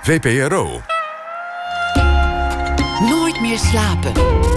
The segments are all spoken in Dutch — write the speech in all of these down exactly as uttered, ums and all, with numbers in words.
V P R O. Nooit meer slapen.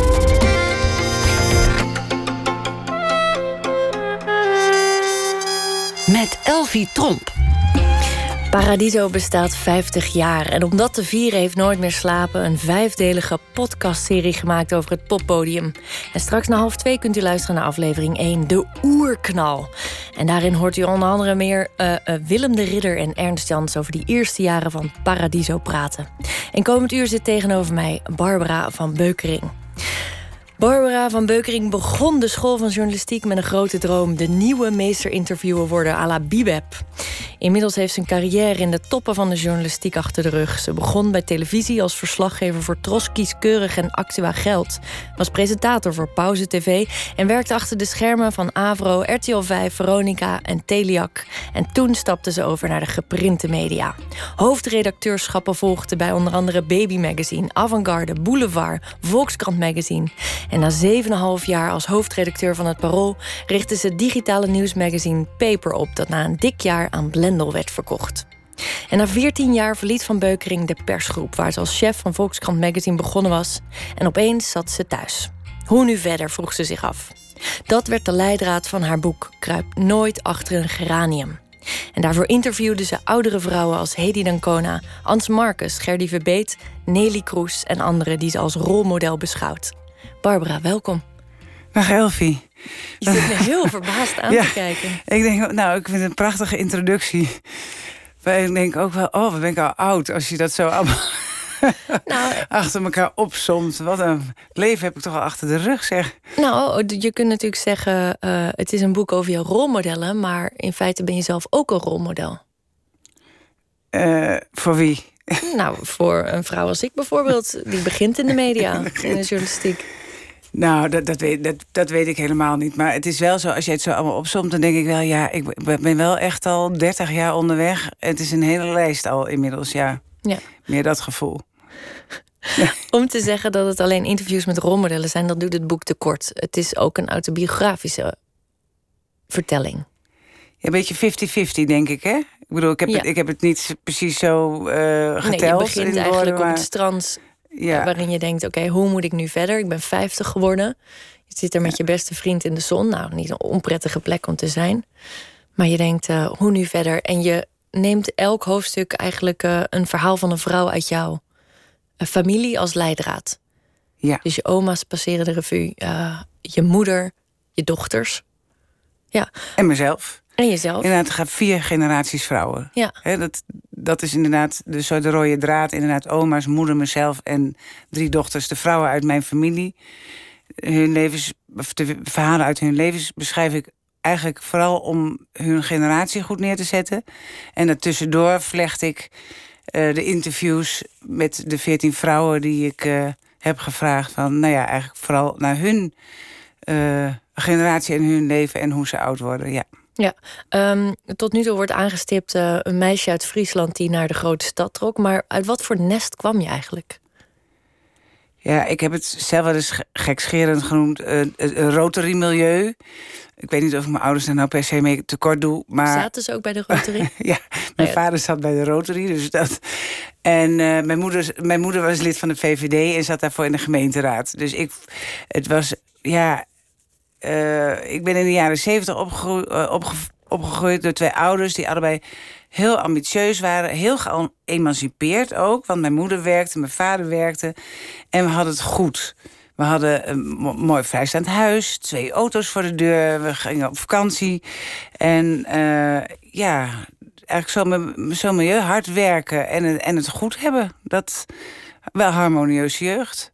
Met Elfie Tromp. Paradiso bestaat vijftig jaar en om dat te vieren heeft Nooit meer slapen een vijfdelige podcastserie gemaakt over het poppodium. En straks na half twee kunt u luisteren naar aflevering één, De Oerknal. En daarin hoort u onder andere meer uh, uh, Willem de Ridder en Ernst Jans over die eerste jaren van Paradiso praten. En komend uur zit tegenover mij Barbara van Beukering. Barbara van Beukering begon de school van journalistiek met een grote droom: de nieuwe meesterinterviewer worden à la Bibeb. Inmiddels heeft ze een carrière in de toppen van de journalistiek achter de rug. Ze begon bij televisie als verslaggever voor Tros, Kieskeurig en Actua Geld. Was presentator voor Pauze T V en werkte achter de schermen van Avro, R T L vijf, Veronica en Teliak. En toen stapte ze over naar de geprinte media. Hoofdredacteurschappen volgden bij onder andere Baby Magazine, Avantgarde, Boulevard, Volkskrant Magazine. En na zeven en een half jaar als hoofdredacteur van het Parool richtte ze het digitale nieuwsmagazine Paper op, dat na een dik jaar aan Blendel werd verkocht. En na veertien jaar verliet Van Beukering de persgroep, waar ze als chef van Volkskrant Magazine begonnen was. En opeens zat ze thuis. Hoe nu verder, vroeg ze zich af. Dat werd de leidraad van haar boek Kruip nooit achter een geranium. En daarvoor interviewde ze oudere vrouwen als Hedy Dancona, Ans Marcus, Gerdy Verbeet, Nelly Kroes en anderen die ze als rolmodel beschouwt. Barbara, welkom. Dag Elfie. Je zit me heel verbaasd aan ja, te kijken. Ik denk, nou, ik vind het een prachtige introductie. Maar ik denk ook wel, oh, wat ben ik al oud als je dat zo allemaal nou, achter elkaar opsomt. Wat een leven heb ik toch al achter de rug, zeg. Nou, je kunt natuurlijk zeggen, uh, het is een boek over jouw rolmodellen, maar in feite ben je zelf ook een rolmodel. Uh, voor wie? Nou, voor een vrouw als ik bijvoorbeeld. Die begint in de media, in de journalistiek. Nou, dat, dat, weet, dat, dat weet ik helemaal niet. Maar het is wel zo, als je het zo allemaal opsomt, dan denk ik wel, ja, ik ben wel echt al dertig jaar onderweg. Het is een hele lijst al inmiddels, ja. ja. Meer dat gevoel. Ja. Om te zeggen dat het alleen interviews met rolmodellen zijn, dat doet het boek tekort. Het is ook een autobiografische vertelling. Ja, een beetje vijftig vijftig, denk ik, hè? Ik bedoel, ik heb, ja. het, ik heb het niet precies zo uh, geteld. Nee, je begint in eigenlijk woorden, maar... op het strand, ja. waarin je denkt, oké, okay, hoe moet ik nu verder? Ik ben vijftig geworden. Je zit er met ja. je beste vriend in de zon. Nou, niet een onprettige plek om te zijn. Maar je denkt, uh, hoe nu verder? En je neemt elk hoofdstuk eigenlijk uh, een verhaal van een vrouw uit jouw uh, familie als leidraad. Ja. Dus je oma's passeren de revue. Uh, je moeder, je dochters. Ja. En mezelf. En jezelf. Inderdaad, het gaat vier generaties vrouwen. Ja. He, dat, dat is inderdaad de, zo de rode draad. Inderdaad, oma's, moeder, mezelf en drie dochters. De vrouwen uit mijn familie. Hun levens, de verhalen uit hun levens beschrijf ik eigenlijk vooral om hun generatie goed neer te zetten. En daartussendoor vlecht ik uh, de interviews met de veertien vrouwen die ik uh, heb gevraagd. Van, nou ja, eigenlijk vooral naar hun uh, generatie en hun leven en hoe ze oud worden, ja. Ja, um, tot nu toe wordt aangestipt uh, een meisje uit Friesland die naar de grote stad trok. Maar uit wat voor nest kwam je eigenlijk? Ja, ik heb het zelf wel eens gekscherend genoemd. Uh, een Rotary-milieu. Ik weet niet of ik mijn ouders er nou per se mee tekort doe. Maar... Zaten ze ook bij de Rotary? Ja, mijn ja. vader zat bij de Rotary. Dus dat... En uh, mijn, moeder, mijn moeder was lid van de V V D en zat daarvoor in de gemeenteraad. Dus ik, het was, ja... Uh, ik ben in de jaren zeventig opgegroeid, uh, opge opgegroeid door twee ouders die allebei heel ambitieus waren. Heel geëmancipeerd ook, want mijn moeder werkte, mijn vader werkte. En we hadden het goed. We hadden een mooi vrijstaand huis, twee auto's voor de deur. We gingen op vakantie. En uh, ja, eigenlijk zo, zo milieu, hard werken en, en het goed hebben. Dat wel harmonieuze jeugd.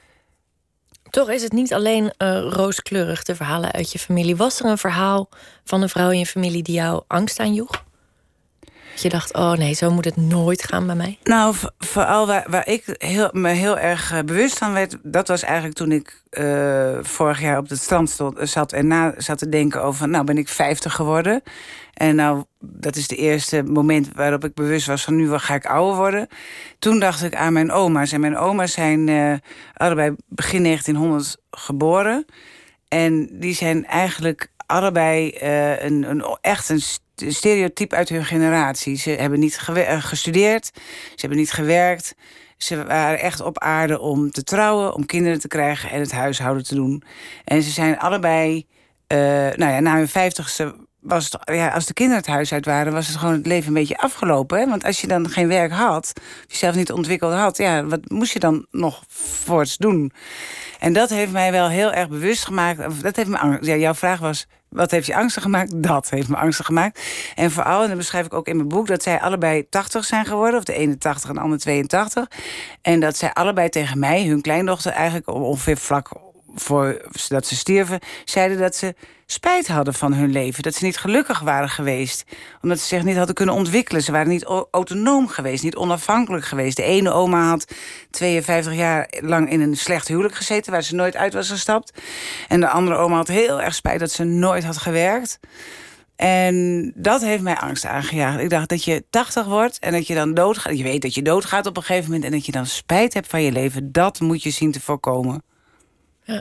Toch is het niet alleen uh, rooskleurig, de verhalen uit je familie. Was er een verhaal van een vrouw in je familie die jou angst aanjoeg? Dat je dacht, oh nee, zo moet het nooit gaan bij mij? Nou, vooral waar, waar ik heel, me heel erg uh, bewust van werd... dat was eigenlijk toen ik uh, vorig jaar op het strand stond, zat... en na zat te denken over, nou ben ik vijftig geworden... En nou, dat is de eerste moment waarop ik bewust was van nu ga ik ouder worden. Toen dacht ik aan mijn oma's. En mijn oma's zijn uh, allebei begin negentienhonderd geboren. En die zijn eigenlijk allebei uh, een, een, echt een stereotype uit hun generatie. Ze hebben niet gewe- gestudeerd, ze hebben niet gewerkt. Ze waren echt op aarde om te trouwen, om kinderen te krijgen en het huishouden te doen. En ze zijn allebei, uh, nou ja, na hun vijftigste was het, ja, als de kinderen het huis uit waren, was het gewoon het leven een beetje afgelopen. Hè? Want als je dan geen werk had, jezelf niet ontwikkeld had, ja, wat moest je dan nog voorts doen? En dat heeft mij wel heel erg bewust gemaakt. Dat heeft me angst. Ja, jouw vraag was, wat heeft je angstig gemaakt? Dat heeft me angstig gemaakt. En vooral, en dat beschrijf ik ook in mijn boek, dat zij allebei tachtig zijn geworden, of de ene tachtig en de andere tweeëntachtig. En dat zij allebei tegen mij, hun kleindochter eigenlijk ongeveer vlak voordat ze stierven, zeiden dat ze spijt hadden van hun leven. Dat ze niet gelukkig waren geweest. Omdat ze zich niet hadden kunnen ontwikkelen. Ze waren niet autonoom geweest, niet onafhankelijk geweest. De ene oma had tweeënvijftig jaar lang in een slecht huwelijk gezeten, waar ze nooit uit was gestapt. En de andere oma had heel erg spijt dat ze nooit had gewerkt. En dat heeft mij angst aangejaagd. Ik dacht dat je tachtig wordt en dat je dan doodgaat. Je weet dat je doodgaat op een gegeven moment en dat je dan spijt hebt van je leven. Dat moet je zien te voorkomen. Ja.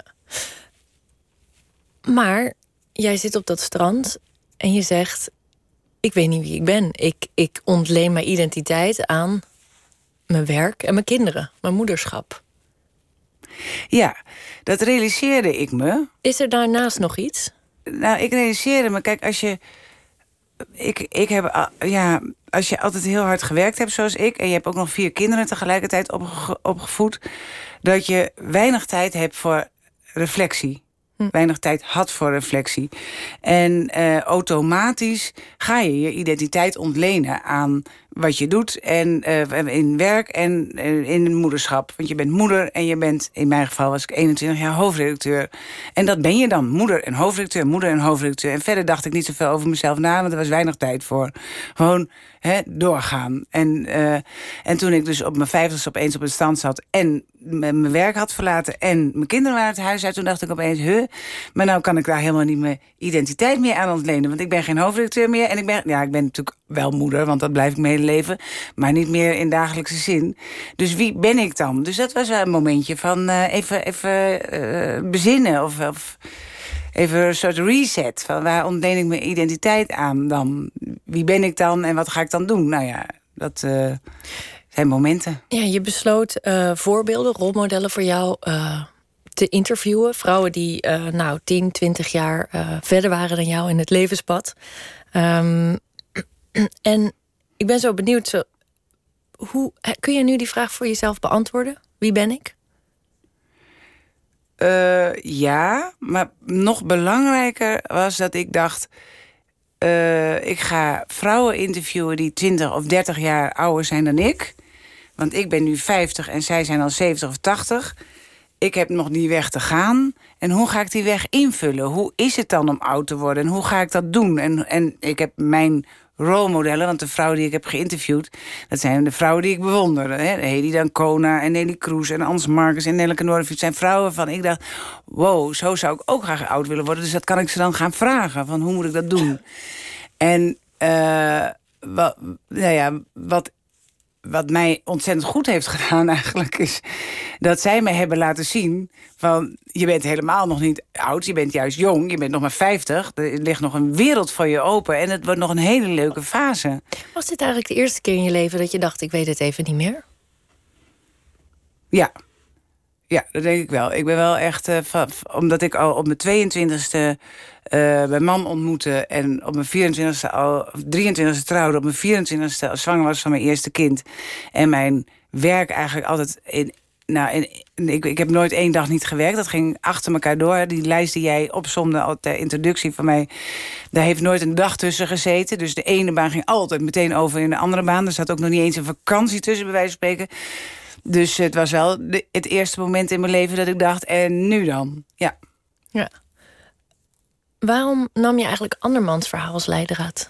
Maar jij zit op dat strand en je zegt, ik weet niet wie ik ben. Ik, ik ontleen mijn identiteit aan mijn werk en mijn kinderen, mijn moederschap. Ja, dat realiseerde ik me. Is er daarnaast nog iets? Nou, ik realiseerde me, kijk, als je... Ik, ik heb, ja, als je altijd heel hard gewerkt hebt zoals ik, en je hebt ook nog vier kinderen tegelijkertijd opge, opgevoed, dat je weinig tijd hebt voor reflectie. Hm. Weinig tijd had voor reflectie. En uh, automatisch ga je je identiteit ontlenen aan wat je doet. En uh, in werk en uh, in moederschap. Want je bent moeder en je bent, in mijn geval was ik eenentwintig jaar hoofdredacteur. En dat ben je dan, moeder en hoofdredacteur, moeder en hoofdredacteur. En verder dacht ik niet zoveel over mezelf na, want er was weinig tijd voor. Gewoon hè, doorgaan. En, uh, en toen ik dus op mijn vijftigste opeens op een stand zat en mijn werk had verlaten en mijn kinderen waren het huis uit, toen dacht ik opeens, huh, maar nou kan ik daar helemaal niet mijn identiteit meer aan ontlenen. Want ik ben geen hoofdredacteur meer en ik ben, ja, ik ben natuurlijk wel moeder, want dat blijf ik mijn hele leven, maar niet meer in dagelijkse zin. Dus wie ben ik dan? Dus dat was wel een momentje van uh, even, even uh, bezinnen of, of even een soort reset. Van waar ontleen ik mijn identiteit aan dan? Wie ben ik dan en wat ga ik dan doen? Nou ja, dat uh, zijn momenten. Ja, je besloot uh, voorbeelden, rolmodellen voor jou uh, te interviewen. Vrouwen die uh, nou tien, twintig jaar uh, verder waren dan jou in het levenspad. Um, en ik ben zo benieuwd, zo, hoe, kun je nu die vraag voor jezelf beantwoorden? Wie ben ik? Uh, ja, maar nog belangrijker was dat ik dacht, Uh, ik ga vrouwen interviewen die twintig of dertig jaar ouder zijn dan ik. Want ik ben nu vijftig en zij zijn al zeventig of tachtig. Ik heb nog die weg te gaan. En hoe ga ik die weg invullen? Hoe is het dan om oud te worden? En hoe ga ik dat doen? En, en ik heb mijn rolmodellen, want de vrouwen die ik heb geïnterviewd, dat zijn de vrouwen die ik bewonder. Hè? Hedy Dancona en Nelly Kroes en Ans Marcus en Nelleke Noordervliet zijn vrouwen waarvan ik dacht, wow, zo zou ik ook graag oud willen worden. Dus dat kan ik ze dan gaan vragen, van hoe moet ik dat doen? En uh, wat, nou ja, wat, wat mij ontzettend goed heeft gedaan eigenlijk, is dat zij mij hebben laten zien van, je bent helemaal nog niet oud, je bent juist jong, je bent nog maar vijftig, er ligt nog een wereld voor je open en het wordt nog een hele leuke fase. Was dit eigenlijk de eerste keer in je leven dat je dacht, ik weet het even niet meer? Ja. Ja, dat denk ik wel. Ik ben wel echt, uh, van, omdat ik al op mijn tweeëntwintigste uh, mijn man ontmoette en op mijn vierentwintigste al, drieëntwintigste trouwde, op mijn vierentwintigste al zwanger was van mijn eerste kind. En mijn werk eigenlijk altijd in, nou, in, ik, ik heb nooit één dag niet gewerkt. Dat ging achter elkaar door. Die lijst die jij opsomde al ter introductie van mij, daar heeft nooit een dag tussen gezeten. Dus de ene baan ging altijd meteen over in de andere baan. Er zat ook nog niet eens een vakantie tussen, bij wijze van spreken. Dus het was wel de, het eerste moment in mijn leven dat ik dacht, en nu dan? Ja. Ja. Waarom nam je eigenlijk andermans verhaal als leidraad?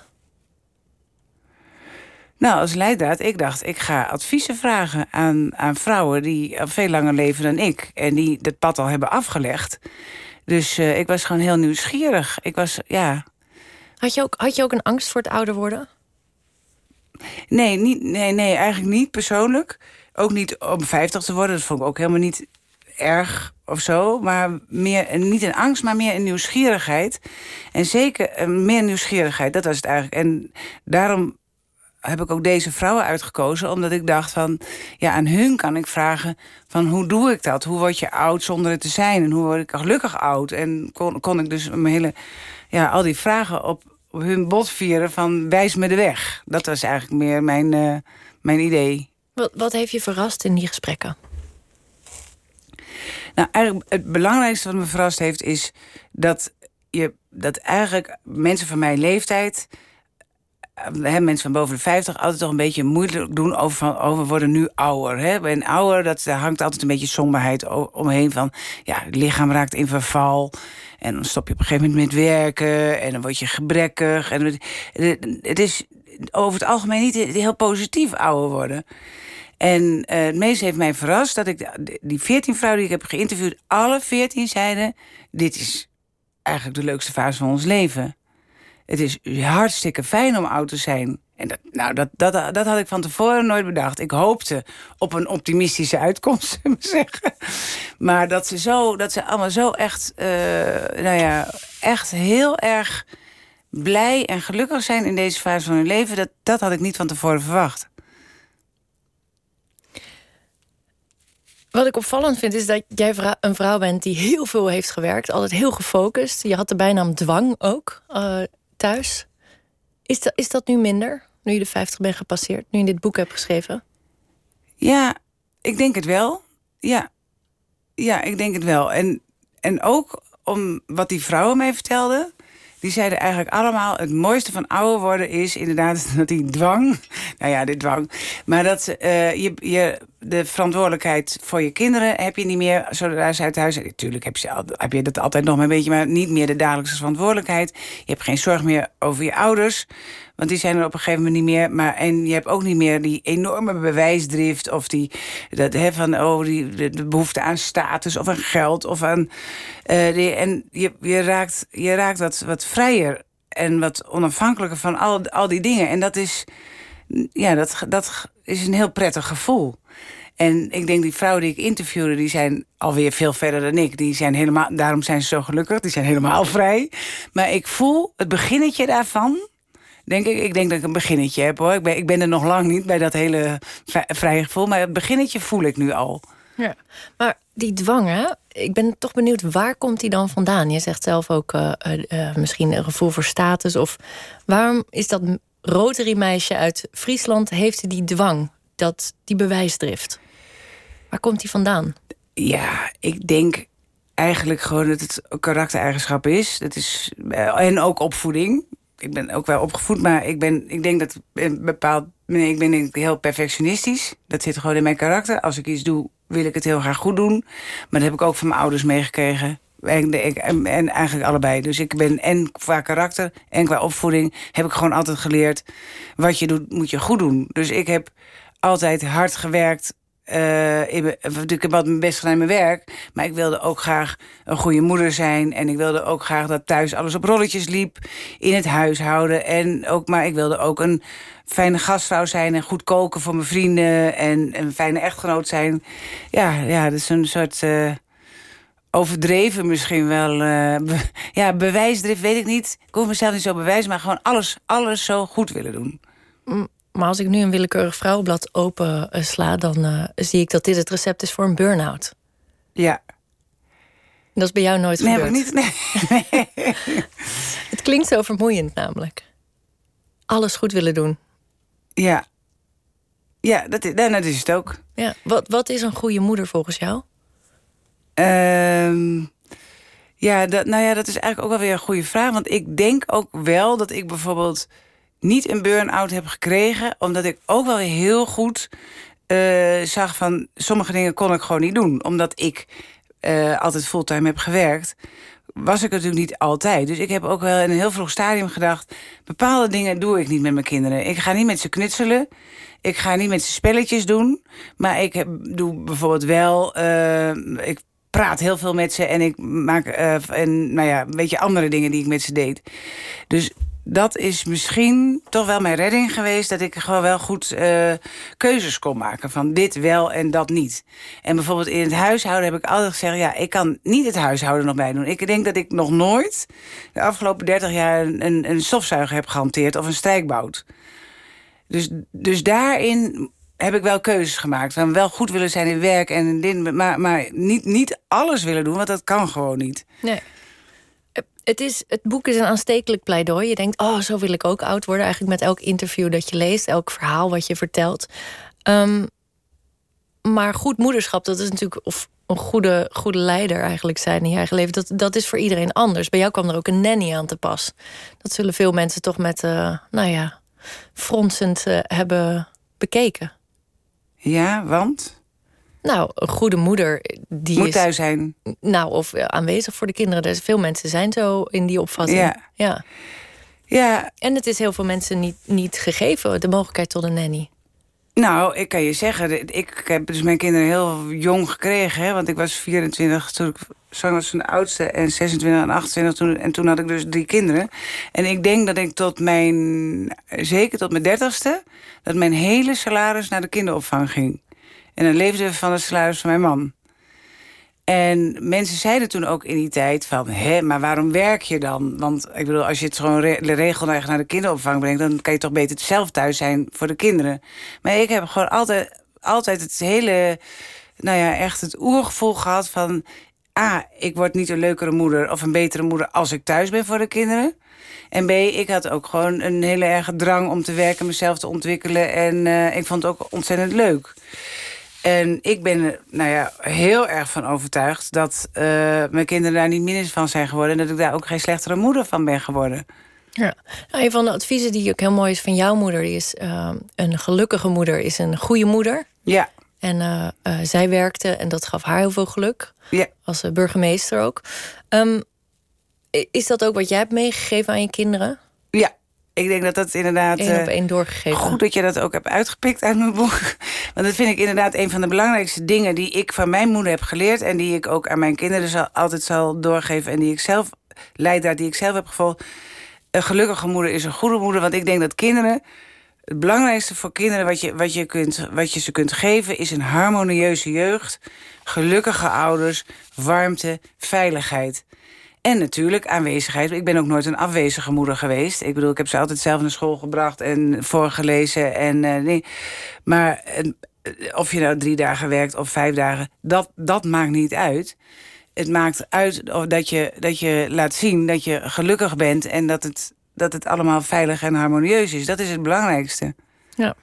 Nou, als leidraad, ik dacht, ik ga adviezen vragen aan, aan vrouwen die al veel langer leven dan ik. En die dat pad al hebben afgelegd. Dus uh, ik was gewoon heel nieuwsgierig. Ik was, ja. Had je ook, had je ook een angst voor het ouder worden? Nee, niet, nee, nee, eigenlijk niet persoonlijk. Ook niet om vijftig te worden. Dat vond ik ook helemaal niet erg of zo. Maar meer, niet in angst, maar meer in nieuwsgierigheid. En zeker uh, meer nieuwsgierigheid, dat was het eigenlijk. En daarom heb ik ook deze vrouwen uitgekozen. Omdat ik dacht van, ja, aan hun kan ik vragen van hoe doe ik dat? Hoe word je oud zonder het te zijn? En hoe word ik gelukkig oud? En kon, kon ik dus mijn hele, ja, al die vragen op, op hun bot vieren van wijs me de weg. Dat was eigenlijk meer mijn, uh, mijn idee. Wat, wat heeft je verrast in die gesprekken? Nou, eigenlijk het belangrijkste wat me verrast heeft is dat je dat eigenlijk mensen van mijn leeftijd, He, mensen van boven de vijftig, altijd toch een beetje moeilijk doen over, van, over worden nu ouder. Hè? En ouder, dat, daar hangt altijd een beetje somberheid omheen van, ja, het lichaam raakt in verval. En dan stop je op een gegeven moment met werken. En dan word je gebrekkig. En het, het is over het algemeen niet heel positief ouder worden. En uh, het meeste heeft mij verrast dat ik die veertien vrouwen die ik heb geïnterviewd, alle veertien zeiden, dit is eigenlijk de leukste fase van ons leven. Het is hartstikke fijn om oud te zijn. En dat, nou, dat, dat, dat had ik van tevoren nooit bedacht. Ik hoopte op een optimistische uitkomst, zullen we zeggen. Maar dat ze, zo, dat ze allemaal zo echt, uh, nou ja, echt heel erg blij en gelukkig zijn in deze fase van hun leven, dat, dat had ik niet van tevoren verwacht. Wat ik opvallend vind is dat jij een vrouw bent die heel veel heeft gewerkt. Altijd heel gefocust. Je had de bijnaam dwang ook uh, thuis. Is dat, is dat nu minder, nu je de vijftig bent gepasseerd? Nu je dit boek hebt geschreven? Ja, ik denk het wel. Ja, ja ik denk het wel. En, en ook om wat die vrouwen mij vertelden. Die zeiden eigenlijk allemaal, het mooiste van ouder worden is inderdaad dat die dwang, nou ja, de dwang, maar dat uh, je, je de verantwoordelijkheid voor je kinderen heb je niet meer zodra ze uit huis zijn. Natuurlijk heb je, heb je dat altijd nog maar een beetje, maar niet meer de dagelijkse verantwoordelijkheid. Je hebt geen zorg meer over je ouders, want die zijn er op een gegeven moment niet meer. Maar, en je hebt ook niet meer die enorme bewijsdrift of die, dat, he, van, oh, die, de, de behoefte aan status of aan geld. Of aan, uh, die, en je, je raakt, je raakt wat, wat vrijer en wat onafhankelijker van al, al die dingen. En dat is, ja, dat, dat is een heel prettig gevoel. En ik denk die vrouwen die ik interviewde, die zijn alweer veel verder dan ik. Die zijn helemaal, daarom zijn ze zo gelukkig, die zijn helemaal vrij. Maar ik voel het beginnetje daarvan. Denk ik, ik denk dat ik een beginnetje heb, hoor. Ik ben, ik ben er nog lang niet bij dat hele vrije gevoel. Maar het beginnetje voel ik nu al. Ja, maar die dwang, hè? Ik ben toch benieuwd, waar komt die dan vandaan? Je zegt zelf ook uh, uh, misschien een gevoel voor status. Of waarom is dat Rotary-meisje uit Friesland, heeft die dwang, dat, die bewijsdrift? Waar komt die vandaan? Ja, ik denk eigenlijk gewoon dat het een karaktereigenschap is. Dat is uh, en ook opvoeding. Ik ben ook wel opgevoed, maar ik, ben, ik denk dat een bepaald, nee, ik ben heel perfectionistisch. Dat zit gewoon in mijn karakter. Als ik iets doe, wil ik het heel graag goed doen. Maar dat heb ik ook van mijn ouders meegekregen. En, en, en eigenlijk allebei. Dus ik ben en qua karakter en qua opvoeding heb ik gewoon altijd geleerd, wat je doet, moet je goed doen. Dus ik heb altijd hard gewerkt. Uh, ik, ik heb altijd mijn best gedaan in mijn werk. Maar ik wilde ook graag een goede moeder zijn. En ik wilde ook graag dat thuis alles op rolletjes liep. In het huishouden. En ook, maar ik wilde ook een fijne gastvrouw zijn. En goed koken voor mijn vrienden. En een fijne echtgenoot zijn. Ja, ja, dat is een soort Uh, overdreven misschien wel. Uh, be, ja, bewijsdrift weet ik niet. Ik hoef mezelf niet zo bewijzen. Maar gewoon alles, alles zo goed willen doen. Mm. Maar als ik nu een willekeurig vrouwenblad open uh, sla, dan uh, zie ik dat dit het recept is voor een burn-out. Ja. Dat is bij jou nooit nee, gebeurd. Niet, nee, nee. Het klinkt zo vermoeiend namelijk. Alles goed willen doen. Ja. Ja, dat is, nou, dat is het ook. Ja. Wat, wat is een goede moeder volgens jou? Um, ja, dat, nou ja, dat is eigenlijk ook wel weer een goede vraag. Want ik denk ook wel dat ik bijvoorbeeld niet een burn-out heb gekregen, omdat ik ook wel heel goed uh, zag van sommige dingen kon ik gewoon niet doen. Omdat ik uh, altijd fulltime heb gewerkt, was ik natuurlijk niet altijd. Dus ik heb ook wel in een heel vroeg stadium gedacht, bepaalde dingen doe ik niet met mijn kinderen. Ik ga niet met ze knutselen. Ik ga niet met ze spelletjes doen. Maar ik heb, doe bijvoorbeeld wel, Uh, ik praat heel veel met ze en ik maak uh, en, nou ja, weet je, andere dingen die ik met ze deed. Dus dat is misschien toch wel mijn redding geweest, dat ik gewoon wel goed uh, keuzes kon maken. Van dit wel en dat niet. En bijvoorbeeld in het huishouden heb ik altijd gezegd, ja, ik kan niet het huishouden nog bij doen. Ik denk dat ik nog nooit de afgelopen dertig jaar een, een stofzuiger heb gehanteerd of een strijkbout. Dus, dus daarin heb ik wel keuzes gemaakt. Van wel goed willen zijn in werk en in dit, maar, maar niet, niet alles willen doen, want dat kan gewoon niet. Nee. Het, is, het boek is een aanstekelijk pleidooi. Je denkt, oh, zo wil ik ook oud worden. Eigenlijk met elk interview dat je leest, elk verhaal wat je vertelt. Um, maar goed moederschap, dat is natuurlijk, of een goede, goede leider eigenlijk zijn in je eigen leven, dat, dat is voor iedereen anders. Bij jou kwam er ook een nanny aan te pas. Dat zullen veel mensen toch met, uh, nou ja, fronsend uh, hebben bekeken. Ja, want? Nou, een goede moeder die moet is, thuis zijn. Nou, of aanwezig voor de kinderen. Dus veel mensen zijn zo in die opvatting. Ja. Ja. Ja. En het is heel veel mensen niet, niet gegeven, de mogelijkheid tot een nanny. Nou, ik kan je zeggen, ik heb dus mijn kinderen heel jong gekregen. Hè, want ik was vierentwintig toen ik zwanger was van de oudste en zesentwintig en achtentwintig. Toen, en toen had ik dus drie kinderen. En ik denk dat ik tot mijn, zeker tot mijn dertigste, dat mijn hele salaris naar de kinderopvang ging. En dan leefden we van het salaris van mijn man. En mensen zeiden toen ook in die tijd van, hé, maar waarom werk je dan? Want ik bedoel, als je het gewoon re- regelmatig naar de kinderopvang brengt, dan kan je toch beter zelf thuis zijn voor de kinderen. Maar ik heb gewoon altijd, altijd het hele, nou ja, echt het oergevoel gehad van, A, ik word niet een leukere moeder of een betere moeder als ik thuis ben voor de kinderen. En B, ik had ook gewoon een hele erge drang om te werken, mezelf te ontwikkelen. En uh, ik vond het ook ontzettend leuk. En ik ben er nou ja, heel erg van overtuigd dat uh, mijn kinderen daar niet minder van zijn geworden. En dat ik daar ook geen slechtere moeder van ben geworden. Ja. Nou, een van de adviezen die ook heel mooi is van jouw moeder, die is uh, een gelukkige moeder is een goede moeder. Ja. En uh, uh, zij werkte en dat gaf haar heel veel geluk. Ja. Als uh, burgemeester ook. Um, is dat ook wat jij hebt meegegeven aan je kinderen? Ja. Ik denk dat dat inderdaad... Eén op één doorgegeven. Goed dat je dat ook hebt uitgepikt uit mijn boek. Want dat vind ik inderdaad een van de belangrijkste dingen die ik van mijn moeder heb geleerd en die ik ook aan mijn kinderen zal, altijd zal doorgeven en die ik zelf, leidraad die ik zelf heb gevolgd. Een gelukkige moeder is een goede moeder, want ik denk dat kinderen, het belangrijkste voor kinderen wat je, wat je, kunt, wat je ze kunt geven is een harmonieuze jeugd, gelukkige ouders, warmte, veiligheid. En natuurlijk aanwezigheid. Ik ben ook nooit een afwezige moeder geweest. Ik bedoel, ik heb ze altijd zelf naar school gebracht en voorgelezen. En, uh, nee. Maar uh, of je nou drie dagen werkt of vijf dagen, dat, dat maakt niet uit. Het maakt uit dat je, dat je laat zien dat je gelukkig bent en dat het, dat het allemaal veilig en harmonieus is. Dat is het belangrijkste. Ja.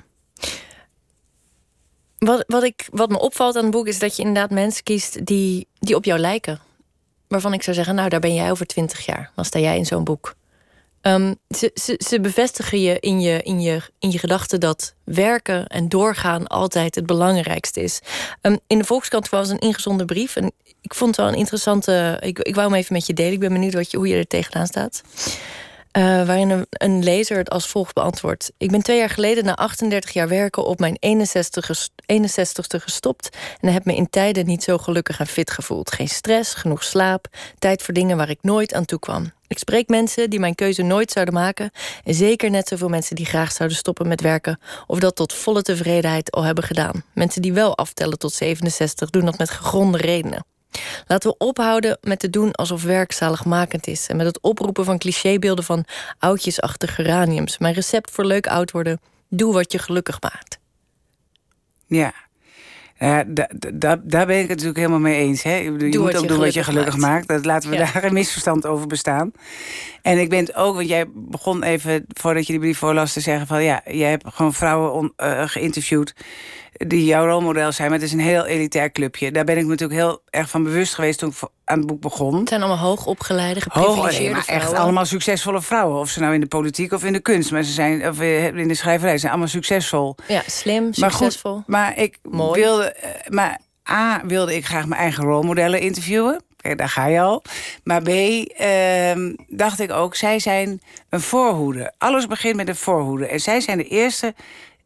Wat, wat, ik, wat me opvalt aan het boek is dat je inderdaad mensen kiest die, die op jou lijken. Waarvan ik zou zeggen, nou, daar ben jij over twintig jaar. Dan sta jij in zo'n boek. Um, ze, ze, ze bevestigen je in je, in je, in je gedachten dat werken en doorgaan altijd het belangrijkste is. Um, in de Volkskrant was een ingezonden brief. En ik vond het wel een interessante... Ik, ik wou hem even met je delen. Ik ben benieuwd wat je, hoe je er tegenaan staat. Uh, waarin een, een lezer het als volgt beantwoordt. Ik ben twee jaar geleden na achtendertig jaar werken op mijn eenenzestigste gestopt en heb me in tijden niet zo gelukkig en fit gevoeld. Geen stress, genoeg slaap, tijd voor dingen waar ik nooit aan toe kwam. Ik spreek mensen die mijn keuze nooit zouden maken en zeker net zoveel mensen die graag zouden stoppen met werken of dat tot volle tevredenheid al hebben gedaan. Mensen die wel aftellen tot zevenenzestig doen dat met gegronde redenen. Laten we ophouden met te doen alsof werk zaligmakend is en met het oproepen van clichébeelden van oudjesachtige geraniums. Mijn recept voor leuk oud worden: doe wat je gelukkig maakt. Ja, ja da, da, daar ben ik het natuurlijk helemaal mee eens. Hè? Je doe moet ook je doen wat je gelukkig maakt. maakt. Dat laten we ja. daar een misverstand over bestaan. En ik ben het ook, want jij begon even voordat je die brief voorlas te zeggen van ja, jij hebt gewoon vrouwen on, uh, geïnterviewd die jouw rolmodel zijn, maar het is een heel elitair clubje. Daar ben ik me natuurlijk heel erg van bewust geweest toen ik aan het boek begon. Het zijn allemaal hoogopgeleide, geprivilegeerde Hoog, maar vrouwen. Echt allemaal succesvolle vrouwen. Of ze nou in de politiek of in de kunst, maar ze zijn, of in de schrijverij, ze zijn allemaal succesvol. Ja, slim, succesvol. Maar, goed, maar ik Mooi. wilde, maar A, wilde ik graag mijn eigen rolmodellen interviewen. Kijk, daar ga je al. Maar B, eh, dacht ik ook, zij zijn een voorhoede. Alles begint met een voorhoede. En zij zijn de eerste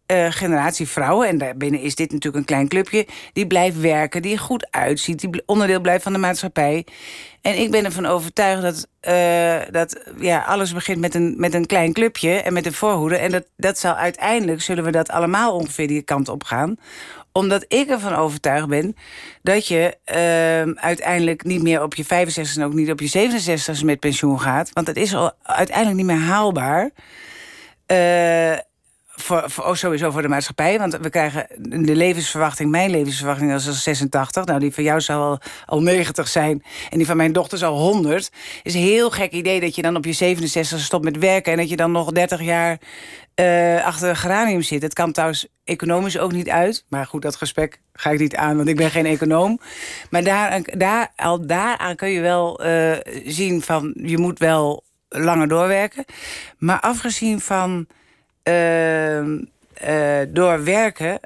uh, generatie vrouwen... en daarbinnen is dit natuurlijk een klein clubje... die blijft werken, die er goed uitziet... die onderdeel blijft van de maatschappij. En ik ben ervan overtuigd dat, uh, dat ja, alles begint met een, met een klein clubje... en met een voorhoede. En dat, dat zal uiteindelijk, zullen we dat allemaal ongeveer die kant op gaan... omdat ik ervan overtuigd ben dat je uh, uiteindelijk niet meer op je vijfenzestig... en ook niet op je zevenenzestig met pensioen gaat. Want het is al uiteindelijk niet meer haalbaar... Uh, voor, voor, sowieso voor de maatschappij. Want we krijgen de levensverwachting... mijn levensverwachting is al zesentachtig. Nou, die van jou zou al, al negentig zijn. En die van mijn dochter zal honderd. Het is een heel gek idee dat je dan op je zevenenzestig stopt met werken... en dat je dan nog dertig jaar uh, achter een geranium zit. Het kan trouwens economisch ook niet uit. Maar goed, dat gesprek ga ik niet aan, want ik ben geen econoom. Maar daar, daar, al daaraan kun je wel uh, zien van... je moet wel langer doorwerken. Maar afgezien van uh, uh, doorwerken...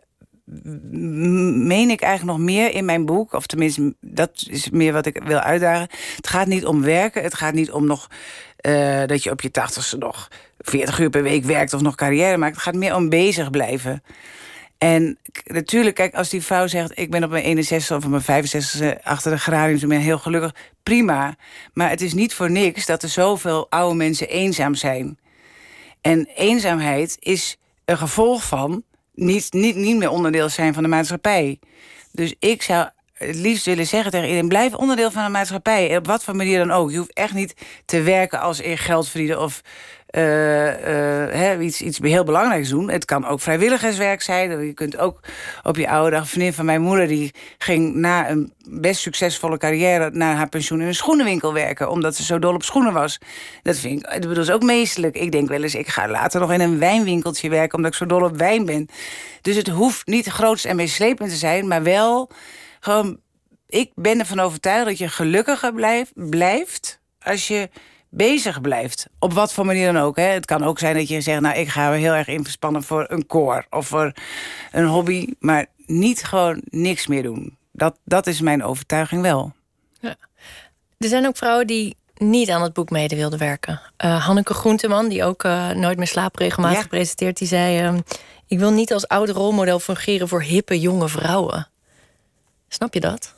meen ik eigenlijk nog meer in mijn boek... of tenminste, dat is meer wat ik wil uitdagen... het gaat niet om werken, het gaat niet om nog... Uh, dat je op je tachtigste nog veertig uur per week werkt... of nog carrière maakt. Het gaat meer om bezig blijven. En natuurlijk, kijk, als die vrouw zegt... ik ben op mijn eenenzestigste of op mijn vijfenzestigste achter de geraniums... en ben heel gelukkig, prima. Maar het is niet voor niks dat er zoveel oude mensen eenzaam zijn. En eenzaamheid is een gevolg van... niet, niet, niet meer onderdeel zijn van de maatschappij. Dus ik zou het liefst willen zeggen tegen iedereen... blijf onderdeel van de maatschappij. Op wat voor manier dan ook. Je hoeft echt niet te werken als in geld verdienen... of uh, uh, he, iets, iets heel belangrijks doen. Het kan ook vrijwilligerswerk zijn. Je kunt ook op je oude dag... Een vriendin van mijn moeder die ging na een best succesvolle carrière... na haar pensioen in een schoenenwinkel werken... omdat ze zo dol op schoenen was. Dat vind ik, dat bedoel, is ook meestelijk. Ik denk wel eens, ik ga later nog in een wijnwinkeltje werken... omdat ik zo dol op wijn ben. Dus het hoeft niet groots en meeslepend te zijn... maar wel... Gewoon, ik ben ervan overtuigd dat je gelukkiger blijf, blijft... als je bezig blijft. Op wat voor manier dan ook. Hè. Het kan ook zijn dat je zegt... nou, ik ga er heel erg inspannen voor een koor... of voor een hobby, maar niet gewoon niks meer doen. Dat, dat is mijn overtuiging wel. Ja. Er zijn ook vrouwen die niet aan het boek mede wilden werken. Uh, Hanneke Groenteman, die ook uh, Nooit meer slapen regelmatig ja. presenteert... die zei, uh, ik wil niet als oude rolmodel fungeren... voor hippe, jonge vrouwen. Snap je dat?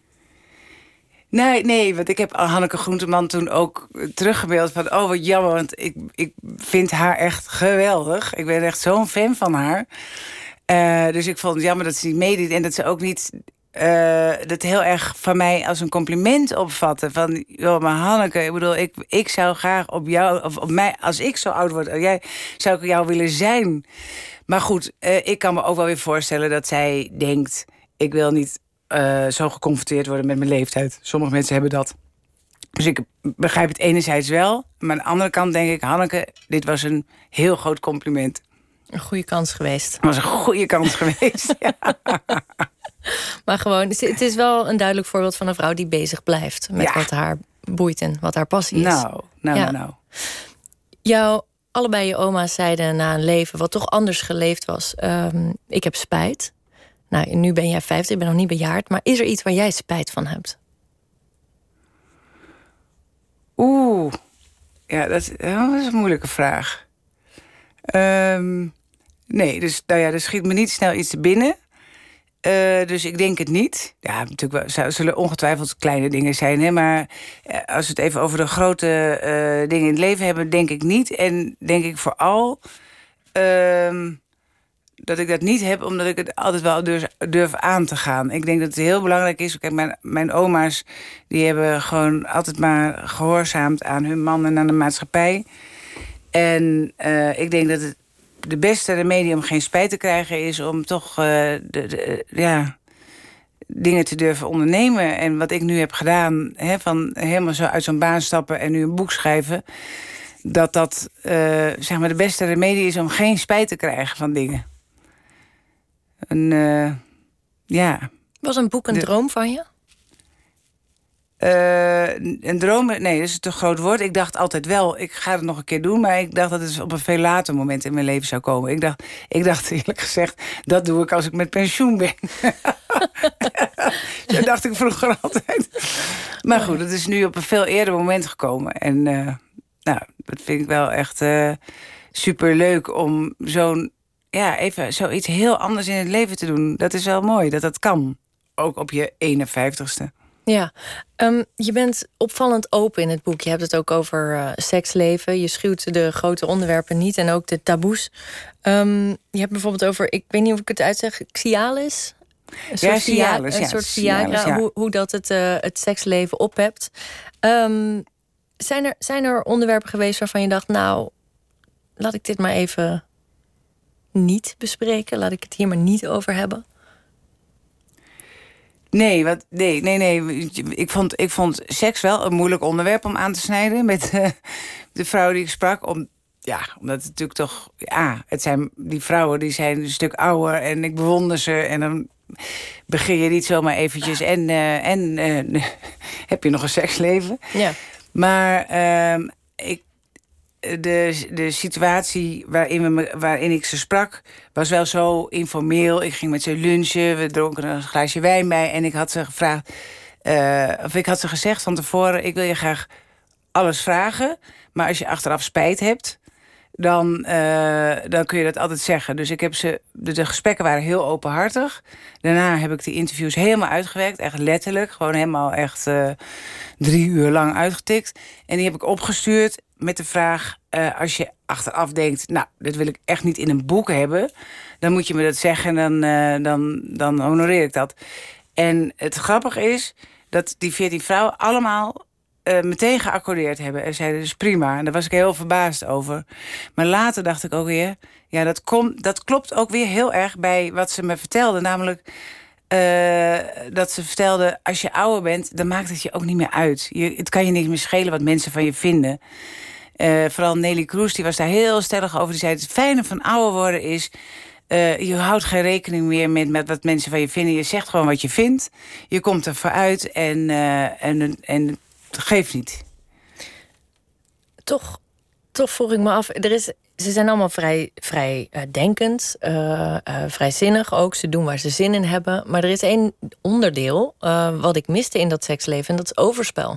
Nee, nee, want ik heb Hanneke Groenteman toen ook teruggebeeld van... oh, wat jammer, want ik, ik vind haar echt geweldig. Ik ben echt zo'n fan van haar. Uh, dus ik vond het jammer dat ze niet meedeed... en dat ze ook niet uh, dat heel erg van mij als een compliment opvatte. Van, joh, maar Hanneke, ik bedoel, ik, ik zou graag op jou... of op mij, als ik zo oud word, jij, zou ik jou willen zijn. Maar goed, uh, ik kan me ook wel weer voorstellen dat zij denkt... ik wil niet... Uh, zo geconfronteerd worden met mijn leeftijd. Sommige mensen hebben dat. Dus ik begrijp het enerzijds wel. Maar aan de andere kant denk ik... Hanneke, dit was een heel groot compliment. Een goede kans geweest. Het was een goede kans geweest, ja. Maar gewoon, het is wel een duidelijk voorbeeld van een vrouw... die bezig blijft met ja. wat haar boeit en wat haar passie is. Nou, nou, ja. nou. Jouw, allebei je oma's zeiden na een leven... wat toch anders geleefd was... Um, ik heb spijt... Nou, nu ben jij vijftig, ik ben nog niet bejaard... maar is er iets waar jij spijt van hebt? Oeh, ja, dat is, dat is een moeilijke vraag. Um, nee, dus nou ja, er schiet me niet snel iets te binnen. Uh, dus ik denk het niet. Ja, natuurlijk wel, zullen ongetwijfeld kleine dingen zijn. Hè, maar als we het even over de grote uh, dingen in het leven hebben... denk ik niet. En denk ik vooral... Um, dat ik dat niet heb, omdat ik het altijd wel durf, durf aan te gaan. Ik denk dat het heel belangrijk is. Kijk, mijn, mijn oma's die hebben gewoon altijd maar gehoorzaamd... aan hun man en aan de maatschappij. En uh, ik denk dat het de beste remedie om geen spijt te krijgen... is om toch uh, de, de, ja, dingen te durven ondernemen. En wat ik nu heb gedaan, hè, van helemaal zo uit zo'n baan stappen... en nu een boek schrijven... dat dat uh, zeg maar de beste remedie is om geen spijt te krijgen van dingen. Een, uh, ja. Was een boek een de, droom van je? Uh, een droom, nee, dat is een te groot woord. Ik dacht altijd wel, ik ga het nog een keer doen... maar ik dacht dat het op een veel later moment in mijn leven zou komen. Ik dacht, ik dacht eerlijk gezegd, dat doe ik als ik met pensioen ben. Dat dacht ik vroeger altijd. Maar goed, het is nu op een veel eerder moment gekomen. En uh, nou, dat vind ik wel echt uh, superleuk om zo'n ja, even zoiets heel anders in het leven te doen. Dat is wel mooi, dat dat kan. Ook op je eenenvijftigste. Ja, um, je bent opvallend open in het boek. Je hebt het ook over uh, seksleven. Je schuwt de grote onderwerpen niet en ook de taboes. Um, je hebt bijvoorbeeld over, ik weet niet of ik het uitzeg, Cialis? Een soort, ja, Cialis, een ja, soort Cialis, Viagra, ja. hoe, hoe dat het, uh, het seksleven ophebt. Um, zijn, er, zijn er onderwerpen geweest waarvan je dacht, nou, laat ik dit maar even niet bespreken. Laat ik het hier maar niet over hebben. Nee, wat, nee, nee, nee. Ik vond, ik vond seks wel een moeilijk onderwerp om aan te snijden met uh, de vrouw die ik sprak. Om, ja, omdat het natuurlijk toch... Ja, het zijn, die vrouwen die zijn een stuk ouder en ik bewonder ze. En dan begin je niet zomaar eventjes. En, uh, en uh, heb je nog een seksleven. Ja. Maar uh, ik... De, de situatie waarin, we, waarin ik ze sprak was wel zo informeel. Ik ging met ze lunchen, we dronken een glaasje wijn bij. En ik had ze gevraagd, uh, of ik had ze gezegd van tevoren, ik wil je graag alles vragen. Maar als je achteraf spijt hebt, dan, uh, dan kun je dat altijd zeggen. Dus ik heb ze, de, de gesprekken waren heel openhartig. Daarna heb ik de interviews helemaal uitgewerkt, echt letterlijk. Gewoon helemaal echt uh, drie uur lang uitgetikt. En die heb ik opgestuurd met de vraag, uh, als je achteraf denkt, nou, dit wil ik echt niet in een boek hebben, dan moet je me dat zeggen en dan, uh, dan, dan honoreer ik dat. En het grappige is dat die veertien vrouwen allemaal uh, meteen geaccordeerd hebben. En zeiden dus prima. En daar was ik heel verbaasd over. Maar later dacht ik ook weer, ja, dat, kom, dat klopt ook weer heel erg bij wat ze me vertelden. Namelijk uh, dat ze vertelde, als je ouder bent, dan maakt het je ook niet meer uit. Je, het kan je niet meer schelen wat mensen van je vinden. Uh, vooral Nelly Kroes, die was daar heel stellig over. Die zei, het fijne van ouder worden is, Uh, je houdt geen rekening meer met, met wat mensen van je vinden. Je zegt gewoon wat je vindt. Je komt er vooruit en, uh, en, en het geeft niet. Toch, toch vroeg ik me af. Er is, ze zijn allemaal vrij, vrij uh, denkend. Uh, uh, vrijzinnig ook. Ze doen waar ze zin in hebben. Maar er is één onderdeel uh, wat ik miste in dat seksleven. En dat is overspel.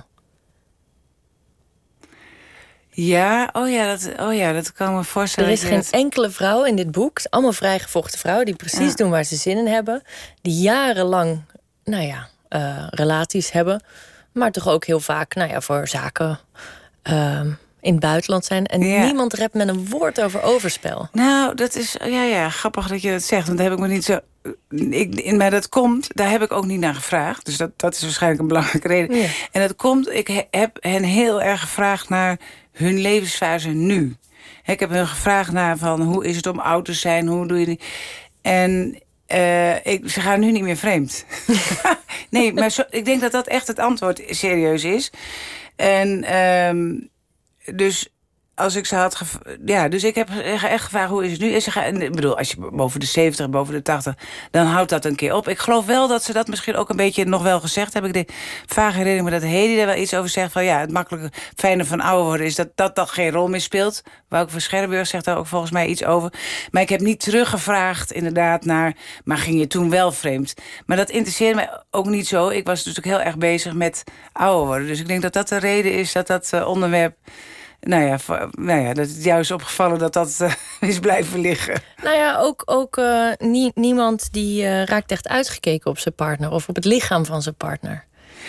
Ja, oh ja, dat, oh ja, dat kan me voorstellen. Er is geen dat... enkele vrouw in dit boek. Allemaal vrijgevochten vrouwen die precies ja. doen waar ze zin in hebben. Die jarenlang, nou ja, uh, relaties hebben. Maar toch ook heel vaak, nou ja, voor zaken uh, in het buitenland zijn. En ja. niemand rept met een woord over overspel. Nou, dat is, ja, ja, grappig dat je dat zegt. Want daar heb ik me niet zo... Ik, maar dat komt, daar heb ik ook niet naar gevraagd. Dus dat, dat is waarschijnlijk een belangrijke reden. Ja. En dat komt, ik heb hen heel erg gevraagd naar hun levensfase nu. Ik heb hen gevraagd naar van, hoe is het om oud te zijn? Hoe doe je die? En uh, ik, ze gaan nu niet meer vreemd. Nee, maar zo, ik denk dat dat echt het antwoord serieus is. En um, dus... Als ik ze had gev- ja, dus ik heb echt gevraagd, hoe is het nu? En ze gaan, ik bedoel, als je boven de zeventig, boven de tachtig, dan houdt dat een keer op. Ik geloof wel dat ze dat misschien ook een beetje nog wel gezegd hebben. Ik denk, vaag herinner me dat Hedy daar wel iets over zegt. Van ja, het makkelijke, fijne van ouder worden is dat dat, dat geen rol meer speelt. Wouter van Scherrenburg zegt daar ook volgens mij iets over. Maar ik heb niet teruggevraagd inderdaad naar, maar ging je toen wel vreemd? Maar dat interesseerde mij ook niet zo. Ik was natuurlijk heel erg bezig met ouder worden. Dus ik denk dat dat de reden is dat dat uh, onderwerp... Nou ja, voor, nou ja, dat is juist opgevallen dat dat uh, is blijven liggen. Nou ja, ook, ook uh, nie, niemand die uh, raakt echt uitgekeken op zijn partner... of op het lichaam van zijn partner.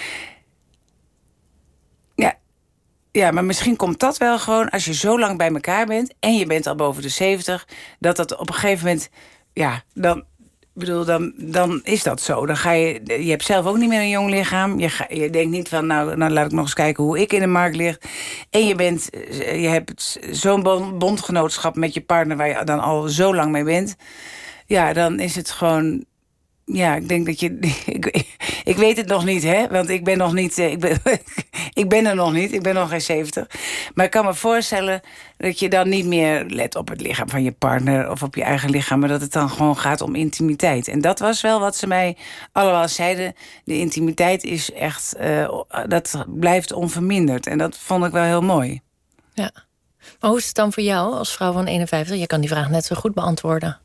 Ja, ja, maar misschien komt dat wel gewoon als je zo lang bij elkaar bent... en je bent al boven de zeventig, dat dat op een gegeven moment... ja, dan... Ik bedoel, dan, dan is dat zo. Dan ga je, je hebt zelf ook niet meer een jong lichaam. Je, ga, je denkt niet van, nou, nou, laat ik nog eens kijken hoe ik in de markt lig. En je, bent, je hebt zo'n bondgenootschap met je partner... waar je dan al zo lang mee bent. Ja, dan is het gewoon... Ja, ik denk dat je... Ik, ik weet het nog niet, hè. Want ik ben nog niet... Ik ben, ik ben er nog niet. Ik ben nog geen zeventig. Maar ik kan me voorstellen dat je dan niet meer let op het lichaam van je partner... of op je eigen lichaam, maar dat het dan gewoon gaat om intimiteit. En dat was wel wat ze mij allemaal zeiden. De intimiteit is echt... Uh, dat blijft onverminderd. En dat vond ik wel heel mooi. Ja. Maar hoe is het dan voor jou als vrouw van eenenvijftig? Je kan die vraag net zo goed beantwoorden.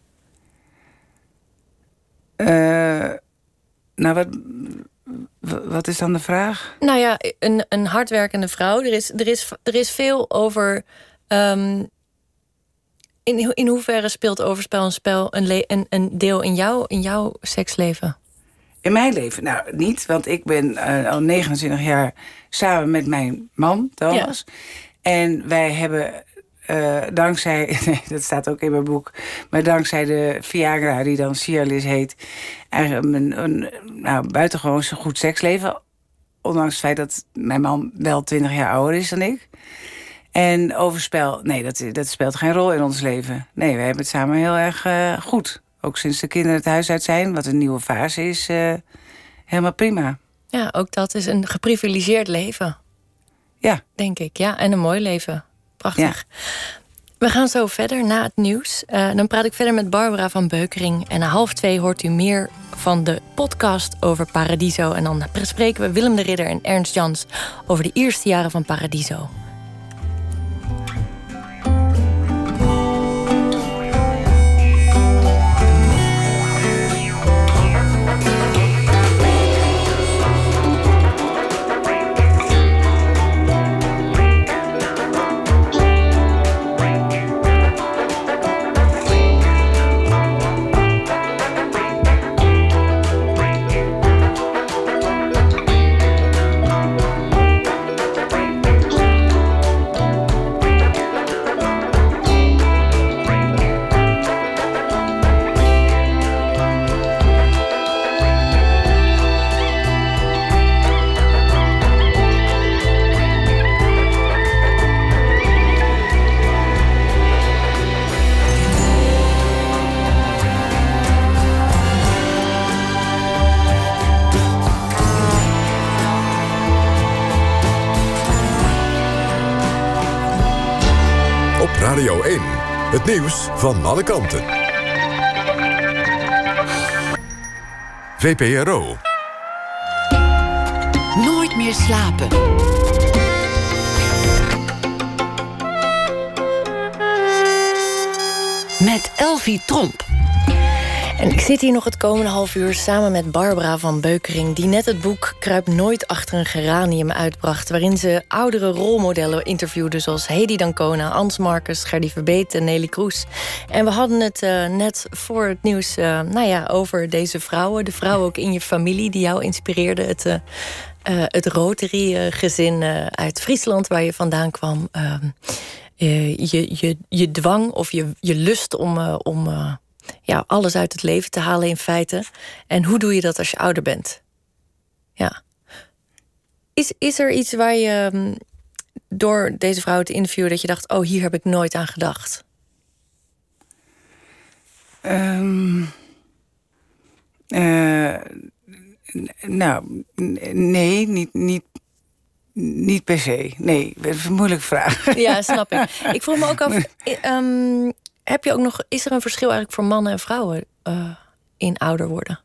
Uh, nou, wat, wat is dan de vraag? Nou ja, een, een hardwerkende vrouw. Er is, er is, er is veel over um, in, in hoeverre speelt overspel een, spel, een, le- een, een deel in, jou, in jouw seksleven? In mijn leven? Nou, niet. Want ik ben uh, al negenentwintig jaar samen met mijn man, Thomas. Ja. En wij hebben uh, dankzij... Nee, dat staat ook in mijn boek. Maar dankzij de Viagra, die dan Cialis heet... eigenlijk een, een nou, buitengewoon zo goed seksleven. Ondanks het feit dat mijn man wel twintig jaar ouder is dan ik. En overspel, nee, dat, dat speelt geen rol in ons leven. Nee, we hebben het samen heel erg uh, goed. Ook sinds de kinderen het huis uit zijn, wat een nieuwe fase is, uh, helemaal prima. Ja, ook dat is een geprivilegeerd leven. Ja. Denk ik, ja. En een mooi leven. Prachtig. Ja. We gaan zo verder na het nieuws. Uh, dan praat ik verder met Barbara van Beukering. En na half twee hoort u meer van de podcast over Paradiso. En dan spreken we Willem de Ridder en Ernst Jans over de eerste jaren van Paradiso. Radio één, het nieuws van alle kanten. V P R O. Nooit meer slapen. Met Elfie Tromp. En ik zit hier nog het komende half uur samen met Barbara van Beukering... die net het boek Kruip nooit achter een geranium uitbracht... waarin ze oudere rolmodellen interviewde... zoals Hedy Dancona, Ans Marcus, Gerdy Verbeet en Nelly Kroes. En we hadden het uh, net voor het nieuws uh, nou ja, over deze vrouwen. De vrouwen ook in je familie die jou inspireerden. Het, uh, uh, het Rotary-gezin uh, uit Friesland waar je vandaan kwam. Uh, uh, je, je, je dwang of je, je lust om... Uh, om uh, Ja, alles uit het leven te halen in feite. En hoe doe je dat als je ouder bent? Ja. Is, is er iets waar je um, door deze vrouw te interviewen... dat je dacht, oh, hier heb ik nooit aan gedacht? Um, uh, nou, nee, niet, niet, niet per se. Nee, dat is een moeilijke vraag. Ja, snap ik. Ik vroeg me ook af... Um, Heb je ook nog, is er een verschil eigenlijk voor mannen en vrouwen uh, in ouder worden?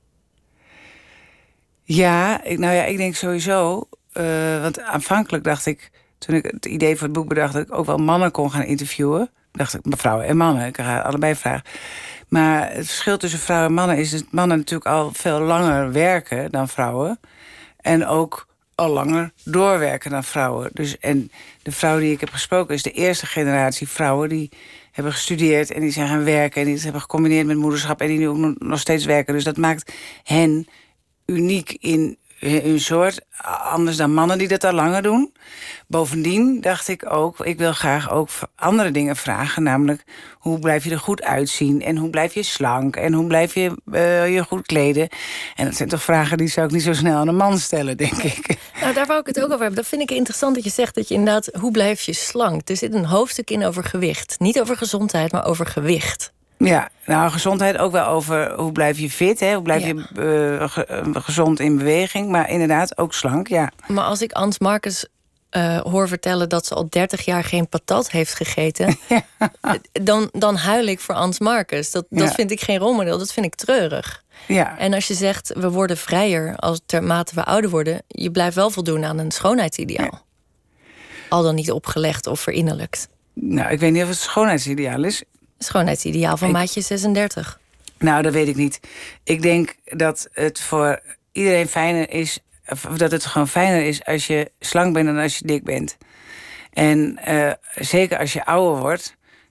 Ja, ik, nou ja, ik denk sowieso... Uh, want aanvankelijk dacht ik, toen ik het idee voor het boek bedacht... dat ik ook wel mannen kon gaan interviewen. Dacht ik, vrouwen en mannen, ik ga allebei vragen. Maar het verschil tussen vrouwen en mannen is... dat mannen natuurlijk al veel langer werken dan vrouwen. En ook al langer doorwerken dan vrouwen. Dus, en de vrouw die ik heb gesproken is de eerste generatie vrouwen... die hebben gestudeerd en die zijn gaan werken... en die het hebben gecombineerd met moederschap... en die nu ook nog steeds werken. Dus dat maakt hen uniek in hun soort. Anders dan mannen die dat al langer doen. Bovendien dacht ik ook... ik wil graag ook andere dingen vragen. Namelijk, hoe blijf je er goed uitzien? En hoe blijf je slank? En hoe blijf je uh, je goed kleden? En dat zijn toch vragen die zou ik niet zo snel aan een man stellen, denk ik. Nou, daar wou ik het ook over hebben. Dat vind ik interessant dat je zegt dat je inderdaad... hoe blijf je slank? Er zit een hoofdstuk in over gewicht. Niet over gezondheid, maar over gewicht. Ja, nou, gezondheid ook wel over hoe blijf je fit, hè? Hoe blijf ja. je uh, ge, uh, gezond in beweging. Maar inderdaad, ook slank, ja. Maar als ik Ans Marcus uh, hoor vertellen dat ze al dertig jaar geen patat heeft gegeten... Ja. dan, dan huil ik voor Ans Marcus. Dat, dat ja. vind ik geen rolmodel, dat vind ik treurig. Ja. En als je zegt, we worden vrijer als termate we ouder worden... je blijft wel voldoen aan een schoonheidsideaal. Ja. Al dan niet opgelegd of verinnerlijkt. Nou, ik weet niet of het een schoonheidsideaal is... Schoonheidsideaal van ik... maatje zesendertig. Nou, dat weet ik niet. Ik denk dat het voor iedereen fijner is... of dat het gewoon fijner is als je slank bent dan als je dik bent. En uh, zeker als je ouder wordt...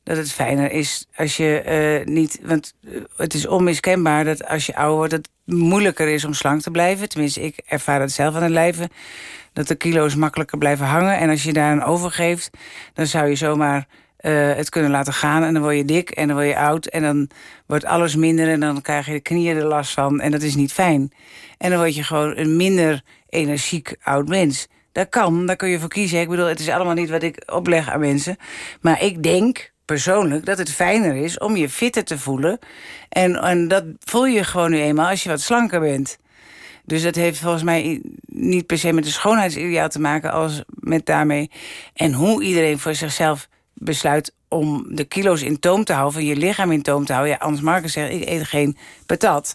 dat het fijner is als je uh, niet... Want het is onmiskenbaar dat als je ouder wordt... het moeilijker is om slank te blijven. Tenminste, ik ervaar het zelf aan het lijve. Dat de kilo's makkelijker blijven hangen. En als je daar aan overgeeft, dan zou je zomaar uh, het kunnen laten gaan. En dan word je dik en dan word je oud. En dan wordt alles minder en dan krijg je de knieën er last van. En dat is niet fijn. En dan word je gewoon een minder energiek oud mens. Dat kan, daar kun je voor kiezen. Ik bedoel, het is allemaal niet wat ik opleg aan mensen. Maar ik denk persoonlijk dat het fijner is om je fitter te voelen. En, en dat voel je gewoon nu eenmaal als je wat slanker bent. Dus dat heeft volgens mij niet per se met de schoonheidsideaal te maken... als met daarmee. En hoe iedereen voor zichzelf besluit om de kilo's in toom te houden... je lichaam in toom te houden. Ja, Ans Marcus zegt, ik eet geen patat.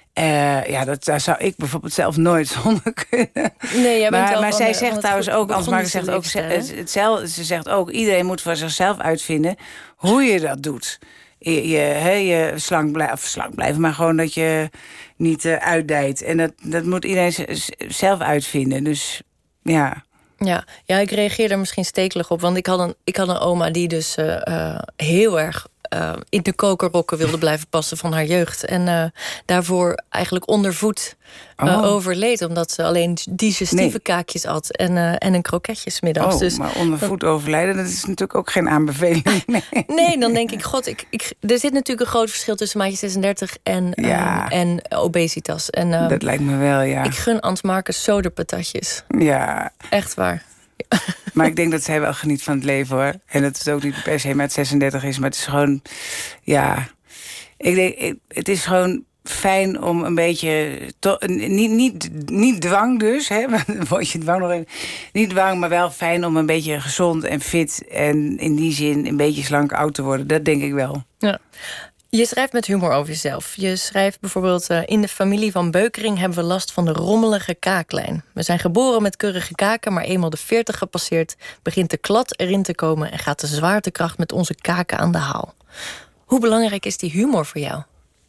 Uh, ja, dat, daar zou ik bijvoorbeeld zelf nooit zonder kunnen. Nee, jij bent maar wel maar zij de, zegt trouwens ook, Ans Marcus zegt ook hetzelfde. Ze zegt ook, iedereen moet voor zichzelf uitvinden hoe je dat doet. Je, je, he, je slank, blijf, of slank blijven, maar gewoon dat je niet uh, uitdijt. En dat, dat moet iedereen zelf uitvinden. Dus ja... Ja, ja, ik reageer daar misschien stekelig op. Want ik had een, ik had een oma die dus uh, uh, heel erg uh, in de kokerrokken wilde blijven passen van haar jeugd. En uh, daarvoor eigenlijk ondervoed uh, oh. overleed. Omdat ze alleen digestieve nee. kaakjes at en, uh, en een kroketje 's middags. Oh, dus, maar ondervoed dat, overlijden, dat is natuurlijk ook geen aanbeveling. Nee, nee dan denk ik, god, ik, ik, er zit natuurlijk een groot verschil tussen maatje zesendertig en, ja. um, en obesitas. En, uh, dat lijkt me wel, ja. Ik gun Ans Marcus soderpatatjes. Ja. Echt waar. Maar ik denk dat zij wel geniet van het leven, hoor. En dat het ook niet per se met zesendertig is, maar het is gewoon... Ja, ik denk, het is gewoon fijn om een beetje... To, niet, niet, niet dwang dus, hè. Dan word je dwang nog even... Niet dwang, maar wel fijn om een beetje gezond en fit... en in die zin een beetje slank oud te worden. Dat denk ik wel. Ja. Je schrijft met humor over jezelf. Je schrijft bijvoorbeeld... Uh, in de familie van Beukering hebben we last van de rommelige kaaklijn. We zijn geboren met keurige kaken... maar eenmaal de veertig gepasseerd... begint de klad erin te komen... en gaat de zwaartekracht met onze kaken aan de haal. Hoe belangrijk is die humor voor jou?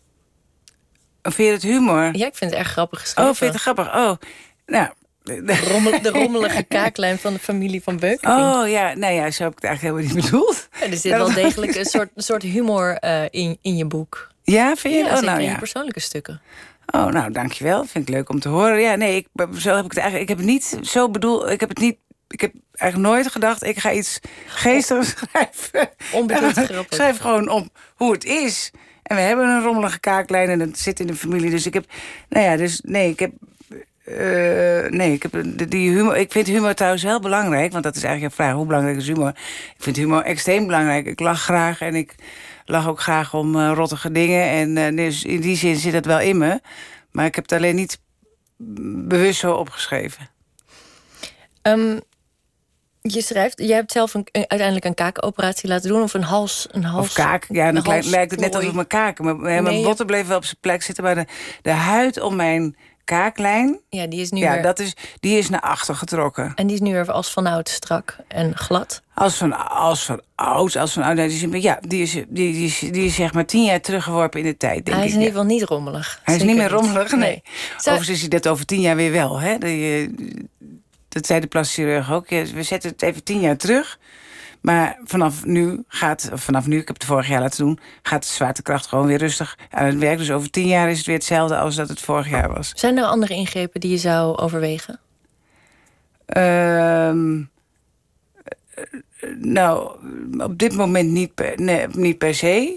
Vind je het humor? Ja, ik vind het erg grappig geschreven. Oh, vind je het grappig? Oh, nou... De, rommel, de rommelige kaaklijn van de familie van Beukering. Oh ja, nou ja, zo heb ik het eigenlijk helemaal niet bedoeld. Ja, er zit wel degelijk een soort, een soort humor uh, in, in je boek. Ja, vind je? Ja, oh, zeker nou, in ja. je persoonlijke stukken. Oh, nou, dankjewel. Vind ik leuk om te horen. Ja, nee, ik, zo heb ik het eigenlijk... Ik heb het niet zo bedoeld... Ik heb het niet... Ik heb eigenlijk nooit gedacht, ik ga iets geestigs schrijven. Onbedoeld grappig. Ik schrijf gewoon op hoe het is. En we hebben een rommelige kaaklijn en het zit in de familie. Dus ik heb... Nou ja, dus nee, ik heb... Uh, nee, ik, heb, die humor, ik vind humor trouwens wel belangrijk. Want dat is eigenlijk een vraag, hoe belangrijk is humor? Ik vind humor extreem belangrijk. Ik lach graag en ik lach ook graag om uh, rottige dingen. En uh, dus in die zin zit dat wel in me. Maar ik heb het alleen niet bewust zo opgeschreven. Um, je schrijft, jij hebt zelf een, een, uiteindelijk een kaakoperatie laten doen. Of een hals... Een hals of kaak, ja, dan lijkt, lijkt het net alsof mijn kaken... Mijn, nee, mijn botten bleven wel op zijn plek zitten. Maar de, de huid om mijn... kaaklijn, ja, die is nu ja, weer... dat is, die is naar achter getrokken. En die is nu weer als vanouds strak en glad? Als van, als van oud, als van oud. Die is, ja, die is, die, die, is, die is zeg maar tien jaar teruggeworpen in de tijd, denk Hij is ik, in ja. ieder geval niet rommelig. Hij is niet meer rommelig, nee. nee. Zou... Overigens is hij dat over tien jaar weer wel, hè. De, dat zei de plastische chirurg ook. Ja, we zetten het even tien jaar terug. Maar vanaf nu gaat, of vanaf nu, ik heb het vorig jaar laten doen... gaat de zwaartekracht gewoon weer rustig aan het werk. Dus over tien jaar is het weer hetzelfde als dat het vorig jaar was. Zijn er andere ingrepen die je zou overwegen? Um, nou, op dit moment niet per, nee, niet per se.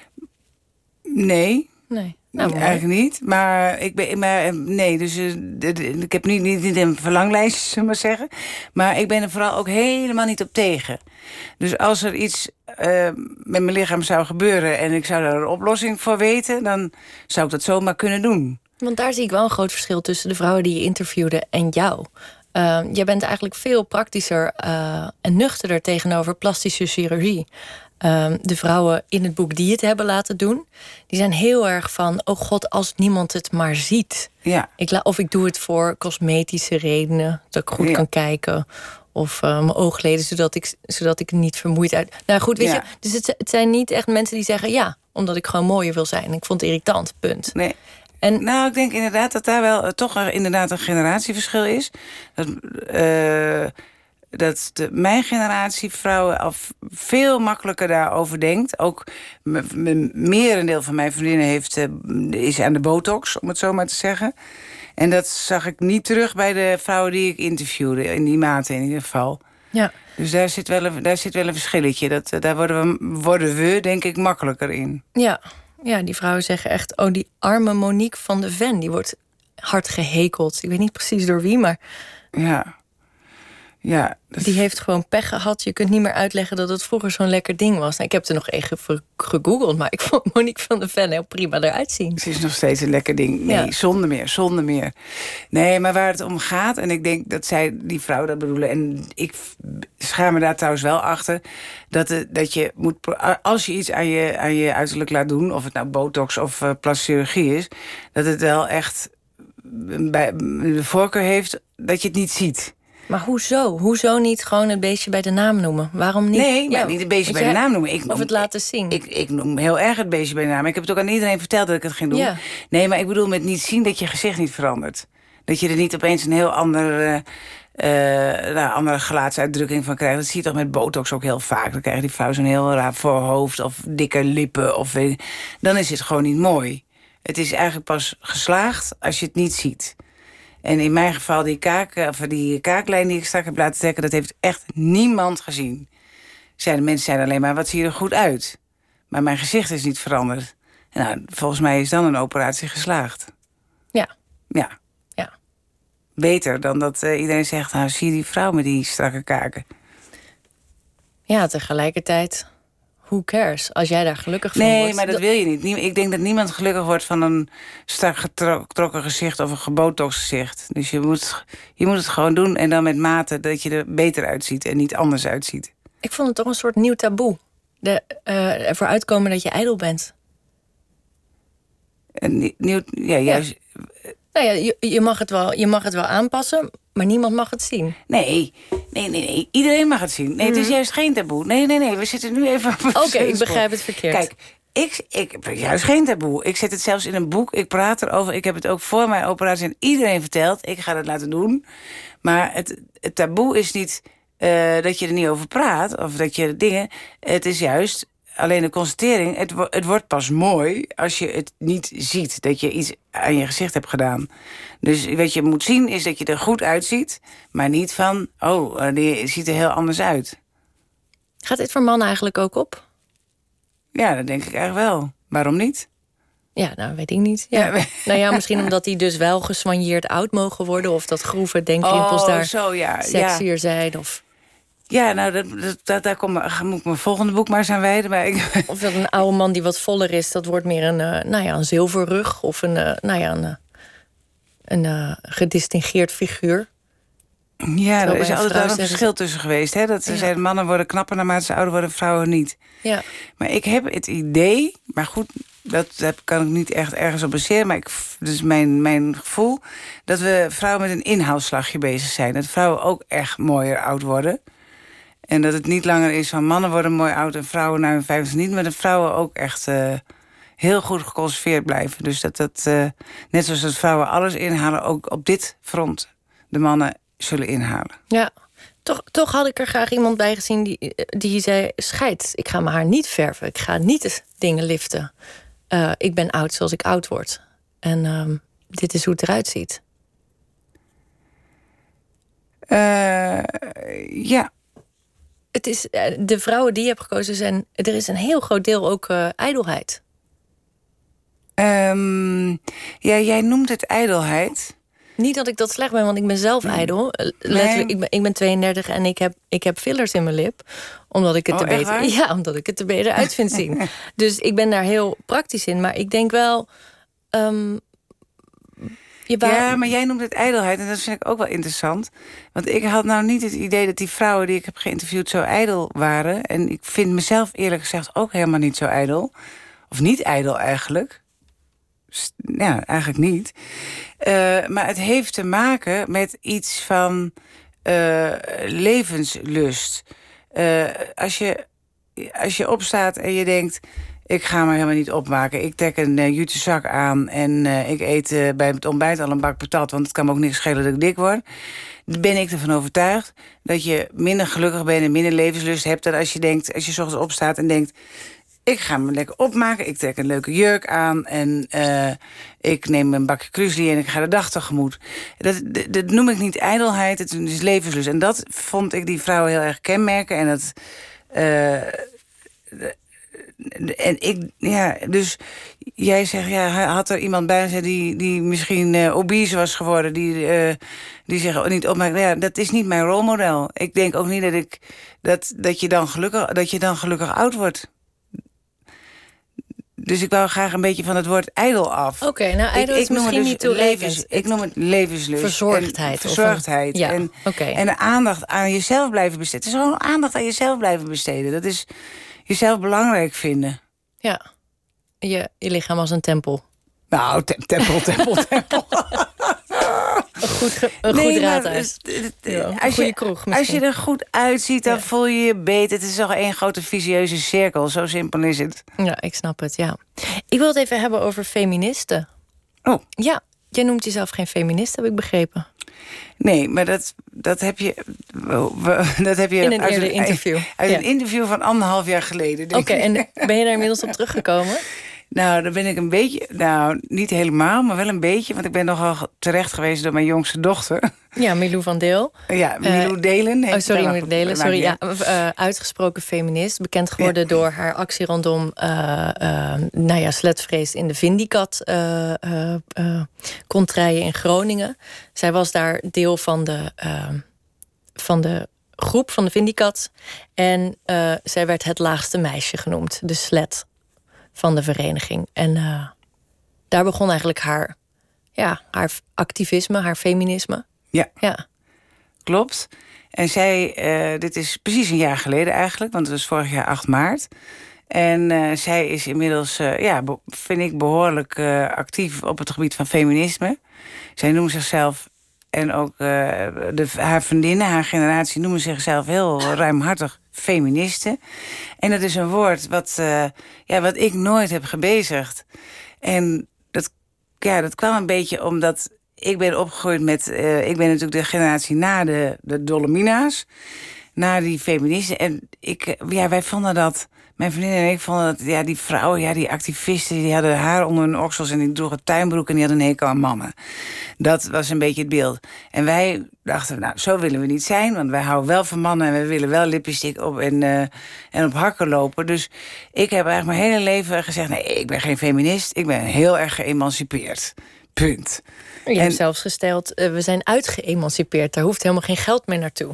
Nee. Nee. Nou, eigenlijk niet. Maar ik ben, maar nee, dus uh, de, de, ik heb niet, niet, niet een verlanglijstje, zullen we maar zeggen. Maar ik ben er vooral ook helemaal niet op tegen. Dus als er iets uh, met mijn lichaam zou gebeuren en ik zou daar een oplossing voor weten, dan zou ik dat zomaar kunnen doen. Want daar zie ik wel een groot verschil tussen de vrouwen die je interviewde en jou. Uh, jij bent eigenlijk veel praktischer uh, en nuchterder tegenover plastische chirurgie. Uh, de vrouwen in het boek die het hebben laten doen, die zijn heel erg van, oh god, als niemand het maar ziet. Ja. Ik la- of ik doe het voor cosmetische redenen, dat ik goed ja. kan kijken. Of uh, mijn oogleden, zodat ik, zodat ik niet vermoeid uit... Nou goed, weet ja. je, dus het, het zijn niet echt mensen die zeggen, ja, omdat ik gewoon mooier wil zijn. Ik vond het irritant, punt. Nee. En, nou, ik denk inderdaad dat daar wel uh, toch uh, inderdaad een generatieverschil is. Dat, uh, dat de, mijn generatie vrouwen al veel makkelijker daarover denkt. Ook m- merendeel van mijn vriendinnen heeft, uh, is aan de botox, om het zo maar te zeggen. En dat zag ik niet terug bij de vrouwen die ik interviewde. In die mate in ieder geval. Ja. Dus daar zit wel een, daar zit wel een verschilletje. Dat, daar worden we, worden we, denk ik, makkelijker in. Ja. ja, die vrouwen zeggen echt... oh, die arme Monique van de Ven, die wordt hard gehekeld. Ik weet niet precies door wie, maar... Ja. Ja, dat... Die heeft gewoon pech gehad. Je kunt niet meer uitleggen dat het vroeger zo'n lekker ding was. Nou, ik heb er nog even gegoogeld, maar ik vond Monique van de Ven heel prima eruit zien. Ze is nog steeds een lekker ding. Nee, ja. zonder meer, zonder meer. Nee, maar waar het om gaat, en ik denk dat zij, die vrouw dat bedoelen... en ik schaam me daar trouwens wel achter... dat, het, dat je moet, als je iets aan je, aan je uiterlijk laat doen... of het nou botox of uh, plastische chirurgie is... dat het wel echt bij de voorkeur heeft dat je het niet ziet... Maar hoezo? Hoezo niet gewoon het beestje bij de naam noemen? Waarom niet? Nee, maar ja, niet het beestje bij de naam noemen. Ik noem, of het laten zien. Ik, ik noem heel erg het beestje bij de naam. Ik heb het ook aan iedereen verteld dat ik het ging doen. Ja. Nee, maar ik bedoel met niet zien dat je gezicht niet verandert. Dat je er niet opeens een heel andere, uh, nou, andere gelaatsuitdrukking van krijgt. Dat zie je toch met botox ook heel vaak. Dan krijgt die vrouw zo'n heel raar voorhoofd of dikke lippen. Of, dan is het gewoon niet mooi. Het is eigenlijk pas geslaagd als je het niet ziet. En in mijn geval, die, kaak, of die kaaklijn die ik straks heb laten trekken... dat heeft echt niemand gezien. Zijn, de mensen zeiden alleen maar, wat zie je er goed uit. Maar mijn gezicht is niet veranderd. En nou, volgens mij is dan een operatie geslaagd. Ja. Ja. ja. Beter dan dat uh, iedereen zegt... nou, zie je die vrouw met die strakke kaken. Ja, tegelijkertijd... Who cares? Als jij daar gelukkig van nee, wordt... maar dat, dat wil je niet. Ik denk dat niemand gelukkig wordt van een strak getrokken gezicht... of een gebotox gezicht. Dus je moet, je moet het gewoon doen en dan met mate... dat je er beter uitziet en niet anders uitziet. Ik vond het toch een soort nieuw taboe. De, uh, ervoor uitkomen dat je ijdel bent. Een nieuw, ja, juist... Ja. Nou ja, je, je, mag het wel, je mag het wel aanpassen... maar niemand mag het zien. Nee, nee, nee, nee. Iedereen mag het zien. Nee, het is juist geen taboe. Nee, nee, nee. We zitten nu even op... Oké, okay, ik begrijp het verkeerd. Kijk, ik, ik heb juist geen taboe. Ik zet het zelfs in een boek. Ik praat erover. Ik heb het ook voor mijn operatie aan iedereen verteld. Ik ga dat laten doen. Maar het, het taboe is niet uh, dat je er niet over praat. Of dat je dingen... Het is juist... Alleen de constatering, het, wo- het wordt pas mooi als je het niet ziet. Dat je iets aan je gezicht hebt gedaan. Dus wat je moet zien is dat je er goed uitziet. Maar niet van, oh, die ziet er heel anders uit. Gaat dit voor mannen eigenlijk ook op? Ja, dat denk ik eigenlijk wel. Waarom niet? Ja, nou, weet ik niet. Ja. Ja. Nou ja, misschien omdat die dus wel geswanjeerd oud mogen worden... of dat groeve denkrimpels oh, daar zo, ja. sexier ja. zijn, of... Ja, nou, dat, dat, dat, daar kom, moet ik mijn volgende boek maar eens aan wijden. Maar ik... Of dat een oude man die wat voller is, dat wordt meer een, uh, nou ja, een zilverrug... of een, uh, nou ja, een, uh, een uh, gedistingeerd figuur. Ja, er is altijd wel een verschil tussen geweest. Hè? Dat ze ja. zeiden, mannen worden knapper naarmate ze ouder worden, vrouwen niet. Ja. Maar ik heb het idee, maar goed, dat kan ik niet echt ergens op baseren... maar ik, dat is mijn, mijn gevoel, dat we vrouwen met een inhaalslagje bezig zijn. Dat vrouwen ook echt mooier oud worden... En dat het niet langer is van mannen worden mooi oud... en vrouwen na hun vijftig niet... maar dat vrouwen ook echt uh, heel goed geconserveerd blijven. Dus dat dat, uh, net zoals dat vrouwen alles inhalen... ook op dit front de mannen zullen inhalen. Ja, toch, toch had ik er graag iemand bij gezien die, die zei... scheid, ik ga mijn haar niet verven. Ik ga niet de dingen liften. Uh, ik ben oud zoals ik oud word. En uh, dit is hoe het eruit ziet. Uh, ja... Het is, de vrouwen die je hebt gekozen zijn... er is een heel groot deel ook uh, ijdelheid. Um, ja, jij noemt het ijdelheid. Niet dat ik dat slecht ben, want ik ben zelf mm. ijdel. Letterlijk, ik ben, ik ben tweeëndertig en ik heb, ik heb fillers in mijn lip. Omdat ik het oh, er beter, ja, omdat ik het er beter uit vind zien. Dus ik ben daar heel praktisch in. Maar ik denk wel... Um, Ja, maar jij noemt het ijdelheid en dat vind ik ook wel interessant. Want ik had nou niet het idee dat die vrouwen die ik heb geïnterviewd zo ijdel waren. En ik vind mezelf eerlijk gezegd ook helemaal niet zo ijdel. Of niet ijdel eigenlijk. Ja, eigenlijk niet. Uh, maar het heeft te maken met iets van uh, levenslust. Uh, als je, als je opstaat en je denkt... ik ga me helemaal niet opmaken. Ik trek een uh, jute zak aan en uh, ik eet uh, bij het ontbijt al een bak patat... want het kan me ook niks schelen dat ik dik word. Dan ben ik ervan overtuigd dat je minder gelukkig bent... en minder levenslust hebt dan als je denkt, als je 's ochtends opstaat en denkt... ik ga me lekker opmaken, ik trek een leuke jurk aan... en uh, ik neem een bakje kruisli en ik ga de dag tegemoet. Dat, dat, dat noem ik niet ijdelheid, het is levenslust. En dat vond ik die vrouwen heel erg kenmerken. En dat... Uh, en ik, ja, dus jij zegt, ja, had er iemand bij gezet die, die misschien uh, obese was geworden, die, uh, die zich ook niet opmaakt. Ja, dat is niet mijn rolmodel. Ik denk ook niet dat ik dat, dat je dan gelukkig, dat je dan gelukkig oud wordt. Dus ik wou graag een beetje van het woord ijdel af. Oké, okay, nou ijdel is ik, ik misschien dus niet toereikend. Levens, ik noem het levenslust. Verzorgdheid. En verzorgdheid. Of een, ja, en, okay. en de aandacht aan jezelf blijven besteden. Het is gewoon aandacht aan jezelf blijven besteden. Dat is jezelf belangrijk vinden. Ja, je, je lichaam als een tempel. Nou, te tempel, tempel, tempel. Een goed, een nee, goed raadhuis. Ja, als, je, kroeg, als je er goed uitziet, dan ja. voel je je beter. Het is toch één grote vicieuze cirkel. Zo simpel is het. Ja, ik snap het, ja. Ik wil het even hebben over feministen. Oh. Ja, jij noemt jezelf geen feminist, heb ik begrepen. Nee, maar dat, dat heb je... Dat heb je in een eerder interview. Uit ja. een interview van anderhalf jaar geleden. Oké, okay, en ben je daar inmiddels op teruggekomen? Nou, daar ben ik een beetje... Nou, niet helemaal, maar wel een beetje. Want ik ben nogal terecht geweest door mijn jongste dochter. Ja, Milou van Deel. Ja, Milou uh, Delen. Oh, sorry, Milou Delen. Sorry, ja, uh, uitgesproken feminist. Bekend geworden ja. door haar actie rondom... Uh, uh, nou ja, sletvrees in de Vindicat uh, uh, uh, contraien in Groningen. Zij was daar deel van de, uh, van de groep van de Vindicat. En uh, zij werd het laagste meisje genoemd. De slet van de vereniging. En uh, daar begon eigenlijk haar, ja, haar activisme, haar feminisme. Ja, ja. Klopt. En zij, uh, dit is precies een jaar geleden eigenlijk, want het was vorig jaar acht maart. En uh, zij is inmiddels, uh, ja, vind ik behoorlijk uh, actief op het gebied van feminisme. Zij noemt zichzelf, en ook uh, de, haar vriendinnen, haar generatie, noemen zichzelf heel ruimhartig feministen. En dat is een woord wat, uh, ja, wat ik nooit heb gebezigd. En dat, ja, dat kwam een beetje omdat ik ben opgegroeid met... Uh, ik ben natuurlijk de generatie na de, de Dolomina's. Na die feministen. En ik, ja, wij vonden dat... Mijn vriendin en ik vonden dat ja, die vrouwen, ja, die activisten... die hadden haar onder hun oksels en die droegen tuinbroek... en die hadden een hekel aan mannen. Dat was een beetje het beeld. En wij dachten, nou, zo willen we niet zijn... want wij houden wel van mannen en we willen wel lippenstick op... en, uh, en op hakken lopen. Dus ik heb eigenlijk mijn hele leven gezegd... nee, ik ben geen feminist, ik ben heel erg geëmancipeerd. Punt. Je en, hebt zelfs gesteld, uh, we zijn uitgeëmancipeerd. Daar hoeft helemaal geen geld meer naartoe.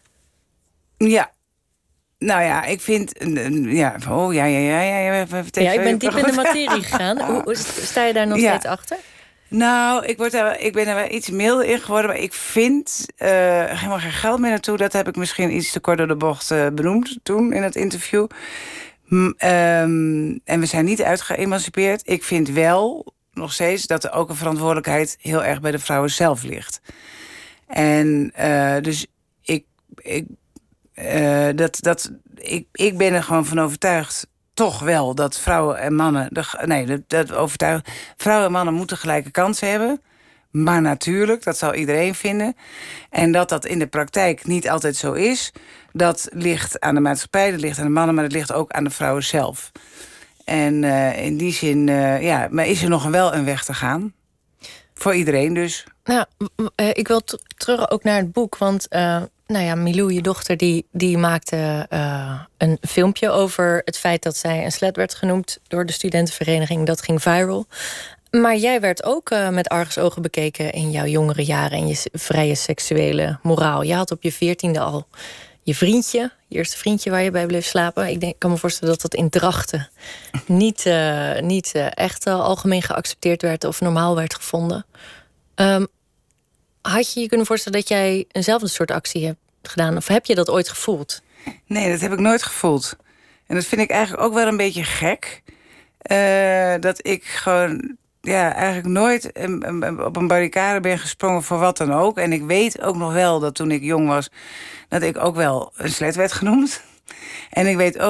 Ja. Nou ja, ik vind... Ja, oh, ja, ja, ja. Ja, ja, ja ik ben diep in de materie gegaan. Hoe, hoe sta je daar nog ja. steeds achter? Nou, ik, word daar, ik ben er wel iets milder in geworden. Maar ik vind uh, helemaal geen geld meer naartoe. Dat heb ik misschien iets te kort door de bocht uh, benoemd toen in het interview. M, um, en we zijn niet uitgeëmancipeerd. Ik vind wel nog steeds dat er ook een verantwoordelijkheid... heel erg bij de vrouwen zelf ligt. En uh, dus ik... ik Uh, dat, dat, ik, ik ben er gewoon van overtuigd, toch wel, dat vrouwen en mannen... De, nee, dat, dat overtuigd, vrouwen en mannen moeten gelijke kansen hebben. Maar natuurlijk, dat zal iedereen vinden. En dat dat in de praktijk niet altijd zo is... dat ligt aan de maatschappij, dat ligt aan de mannen... maar dat ligt ook aan de vrouwen zelf. En uh, in die zin, uh, ja, maar is er nog wel een weg te gaan. Voor iedereen dus. Nou, uh, ik wil t- terug ook naar het boek, want... Uh... Nou ja, Milou, je dochter, die, die maakte uh, een filmpje over het feit dat zij een slet werd genoemd door de studentenvereniging. Dat ging viral. Maar jij werd ook uh, met argusogen bekeken in jouw jongere jaren en je vrije seksuele moraal. Je had op je veertiende al je vriendje, je eerste vriendje waar je bij bleef slapen. Ik, denk, ik kan me voorstellen dat dat in Drachten niet, uh, niet uh, echt uh, algemeen geaccepteerd werd of normaal werd gevonden. Um, Had je je kunnen voorstellen dat jij eenzelfde soort actie hebt gedaan? Of heb je dat ooit gevoeld? Nee, dat heb ik nooit gevoeld. En dat vind ik eigenlijk ook wel een beetje gek. Uh, dat ik gewoon ja, eigenlijk nooit op een barricade ben gesprongen voor wat dan ook. En ik weet ook nog wel dat toen ik jong was... dat ik ook wel een slet werd genoemd. En ik weet ook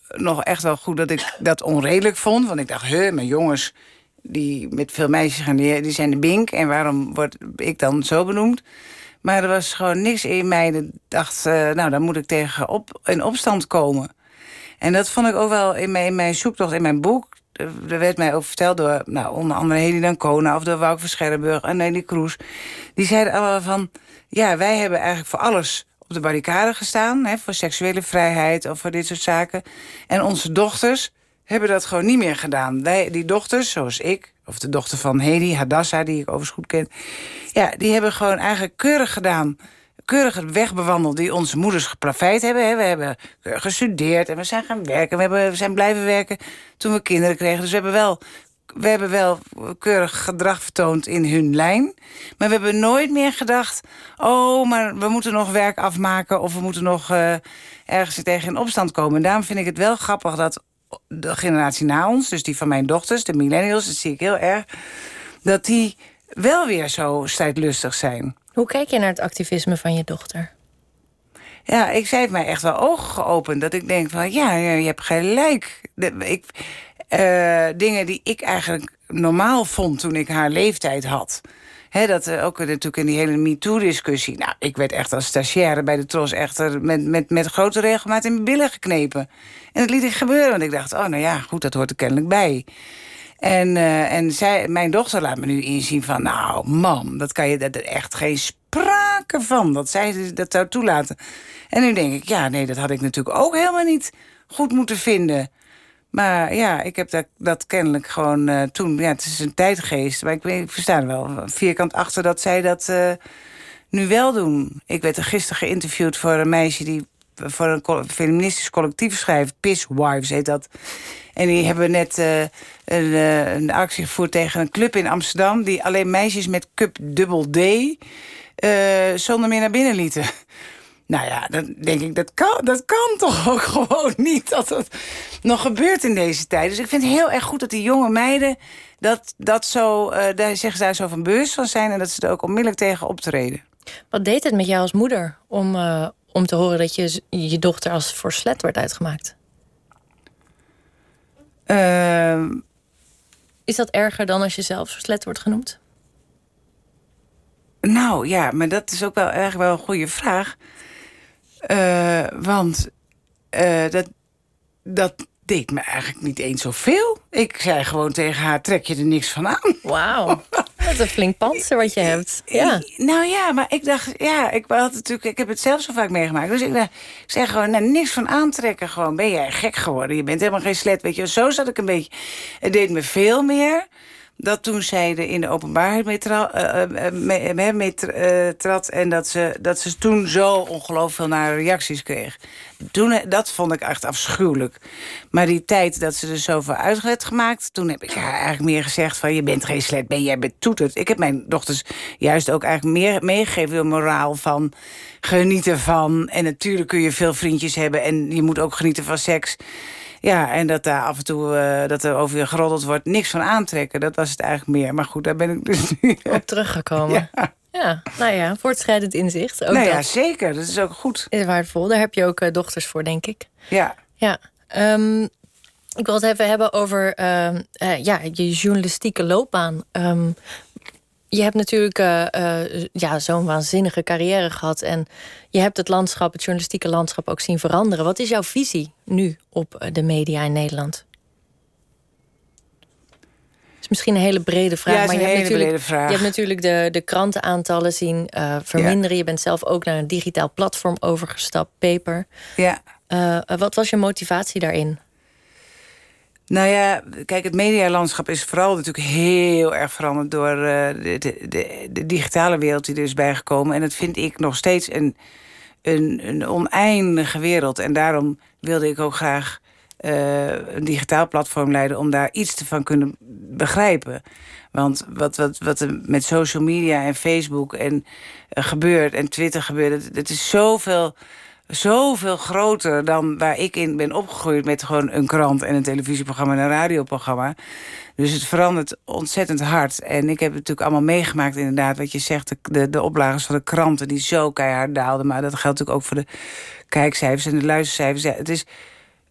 nog echt wel goed dat ik dat onredelijk vond. Want ik dacht, hè, mijn jongens die met veel meisjes gaan, die, die zijn de bink. En waarom word ik dan zo benoemd? Maar er was gewoon niks in mij dat dacht, uh, nou, dan moet ik tegen op, in opstand komen. En dat vond ik ook wel in mijn, in mijn zoektocht, in mijn boek. Er werd mij ook verteld door, nou, onder andere Hedy Dancona of door Wouter van Scherrenburg en Nelly Kroes. Die zeiden allemaal van, ja, wij hebben eigenlijk voor alles op de barricade gestaan. Hè, voor seksuele vrijheid of voor dit soort zaken. En onze dochters hebben dat gewoon niet meer gedaan. Wij, die dochters, zoals ik, of de dochter van Hedy, Hadassa, die ik overigens goed ken. Ja, die hebben gewoon eigenlijk keurig gedaan. Keurig de weg bewandeld die onze moeders geplaveid hebben. Hè. We hebben gestudeerd en we zijn gaan werken. We, hebben, we zijn blijven werken toen we kinderen kregen. Dus we hebben wel, we hebben wel keurig gedrag vertoond in hun lijn. Maar we hebben nooit meer gedacht, oh, maar we moeten nog werk afmaken of we moeten nog uh, ergens tegen in opstand komen. En daarom vind ik het wel grappig dat de generatie na ons, dus die van mijn dochters, de millennials, dat zie ik heel erg, dat die wel weer zo strijdlustig zijn. Hoe kijk je naar het activisme van je dochter? Ja, ik zei het mij echt wel ogen geopend. Dat ik denk van, ja, je hebt gelijk. De, ik, uh, dingen die ik eigenlijk normaal vond toen ik haar leeftijd had. He, dat uh, ook natuurlijk in die hele MeToo-discussie. Nou, ik werd echt als stagiaire bij de Tros echt met, met, met grote regelmaat in mijn billen geknepen. En dat liet ik gebeuren, want ik dacht, oh, nou ja, goed, dat hoort er kennelijk bij. En, uh, en zij, mijn dochter laat me nu inzien van, nou, mam, dat kan je dat er echt geen sprake van. Dat zij dat zou toelaten. En nu denk ik, ja, nee, dat had ik natuurlijk ook helemaal niet goed moeten vinden. Maar ja, ik heb dat, dat kennelijk gewoon uh, toen, ja, het is een tijdgeest. Maar ik, ik versta er wel vierkant achter dat zij dat uh, nu wel doen. Ik werd er gisteren geïnterviewd voor een meisje die voor een feministisch collectief schrijft. Pisswives heet dat. En die hebben net uh, een, uh, een actie gevoerd tegen een club in Amsterdam die alleen meisjes met cup dubbel D uh, zonder meer naar binnen lieten. Nou ja, dan denk ik, dat kan, dat kan toch ook gewoon niet dat dat nog gebeurt in deze tijd. Dus ik vind het heel erg goed dat die jonge meiden dat, dat zo, uh, daar zeggen daar zo van bewust van zijn en dat ze er ook onmiddellijk tegen optreden. Wat deed het met jou als moeder om, uh, om te horen dat je je dochter als voor slet werd uitgemaakt? Uh, Is dat erger dan als je zelf voor slet wordt genoemd? Nou ja, maar dat is ook wel erg wel een goede vraag. Uh, want uh, dat, dat deed me eigenlijk niet eens zoveel. Ik zei gewoon tegen haar, trek je er niks van aan. Wauw, dat is een flink panzer wat je hebt. Ja. Nou ja, maar ik dacht, ja, ik had natuurlijk, ik heb het zelf zo vaak meegemaakt. Dus ik, dacht, ik zei gewoon, nou, niks van aantrekken. Gewoon, ben jij gek geworden? Je bent helemaal geen slet, weet je. Zo zat ik een beetje. Het deed me veel meer dat toen zij er in de openbaarheid mee, tra- uh, mee, mee, mee uh, trad en dat ze, dat ze toen zo ongelooflijk veel nare reacties kreeg. Toen, dat vond ik echt afschuwelijk. Maar die tijd dat ze er zoveel uit werd gemaakt, toen heb ik haar eigenlijk meer gezegd van, je bent geen slet, ben jij betoeterd. Ik heb mijn dochters juist ook eigenlijk meer meegegeven door moraal van geniet ervan. En natuurlijk kun je veel vriendjes hebben en je moet ook genieten van seks. Ja, en dat daar af en toe uh, dat er over je geroddeld wordt, niks van aantrekken. Dat was het eigenlijk meer. Maar goed, daar ben ik dus nu op teruggekomen. Ja. Ja, nou ja, voortschrijdend inzicht. Ook nou ja, dat zeker. Dat is ook goed. Is waardevol. Daar heb je ook uh, dochters voor, denk ik. Ja. Ja. Um, ik wil het even hebben over uh, uh, ja, je journalistieke loopbaan. Um, je hebt natuurlijk uh, uh, ja, zo'n waanzinnige carrière gehad. En je hebt het landschap, het journalistieke landschap ook zien veranderen. Wat is jouw visie nu op de media in Nederland? Dat is misschien een hele brede vraag. Ja, maar je een hebt hele brede vraag. Je hebt natuurlijk de, de krantenaantallen zien uh, verminderen. Ja. Je bent zelf ook naar een digitaal platform overgestapt, Paper. Ja. Uh, wat was je motivatie daarin? Nou ja, kijk, het medialandschap is vooral natuurlijk heel erg veranderd door uh, de, de, de, de digitale wereld die er is bijgekomen. En dat vind ik nog steeds een, een, een oneindige wereld. En daarom wilde ik ook graag uh, een digitaal platform leiden om daar iets te van kunnen begrijpen. Want wat, wat, wat er met social media en Facebook en uh, gebeurt en Twitter gebeurt, het, het is zoveel zoveel groter dan waar ik in ben opgegroeid met gewoon een krant en een televisieprogramma en een radioprogramma. Dus het verandert ontzettend hard. En ik heb het natuurlijk allemaal meegemaakt inderdaad, wat je zegt, de, de, de oplagers van de kranten die zo keihard daalden. Maar dat geldt natuurlijk ook voor de kijkcijfers en de luistercijfers. Ja, het is,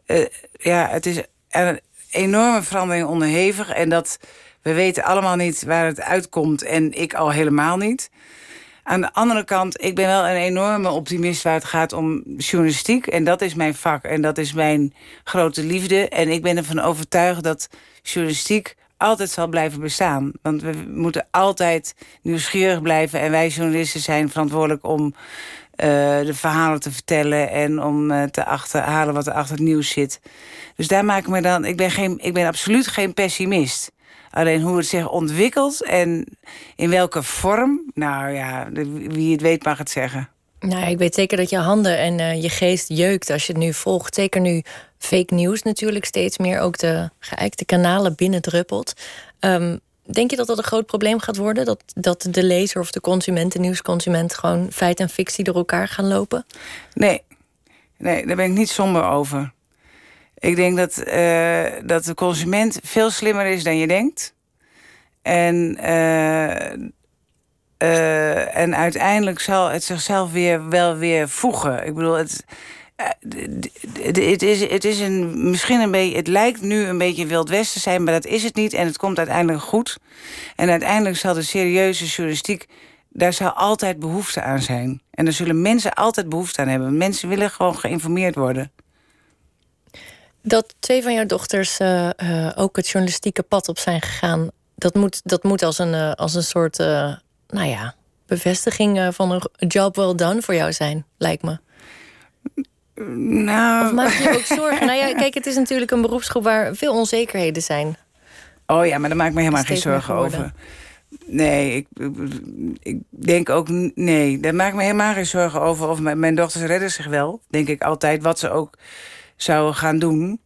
Uh, ja, het is een enorme verandering onderhevig. En dat we weten allemaal niet waar het uitkomt. En ik al helemaal niet. Aan de andere kant, ik ben wel een enorme optimist waar het gaat om journalistiek. En dat is mijn vak en dat is mijn grote liefde. En ik ben ervan overtuigd dat journalistiek altijd zal blijven bestaan. Want we moeten altijd nieuwsgierig blijven. En wij journalisten zijn verantwoordelijk om uh, de verhalen te vertellen en om uh, te achterhalen wat er achter het nieuws zit. Dus daar maak ik me dan. Ik ben, geen, ik ben absoluut geen pessimist. Alleen hoe het zich ontwikkelt en in welke vorm, nou ja, wie het weet mag het zeggen. Nou, ik weet zeker dat je handen en uh, je geest jeukt als je het nu volgt. Zeker nu fake news natuurlijk steeds meer ook de geëikte kanalen binnendruppelt. Um, denk je dat dat een groot probleem gaat worden? Dat, dat de lezer of de consument, de nieuwsconsument, gewoon feit en fictie door elkaar gaan lopen? Nee, nee, daar ben ik niet somber over. Ik denk dat, uh, dat de consument veel slimmer is dan je denkt. En, uh, uh, en uiteindelijk zal het zichzelf weer wel weer voegen. Ik bedoel, het, uh, het, is, het is een, misschien een beetje. Het lijkt nu een beetje Wild West te zijn, maar dat is het niet. En het komt uiteindelijk goed. En uiteindelijk zal de serieuze journalistiek, daar zal altijd behoefte aan zijn. En daar zullen mensen altijd behoefte aan hebben. Mensen willen gewoon geïnformeerd worden. Dat twee van jouw dochters uh, uh, ook het journalistieke pad op zijn gegaan, dat moet, dat moet als, een, uh, als een soort uh, nou ja, bevestiging uh, van een job well done voor jou zijn, lijkt me. Nou. Of maak je je ook zorgen? Nou ja, kijk, het is natuurlijk een beroepsgroep waar veel onzekerheden zijn. Oh ja, maar daar maak ik me helemaal geen zorgen over. Nee, ik, ik denk ook, nee, daar maak ik me helemaal geen zorgen over. Of mijn, mijn dochters redden zich wel, denk ik altijd, wat ze ook zouden gaan doen.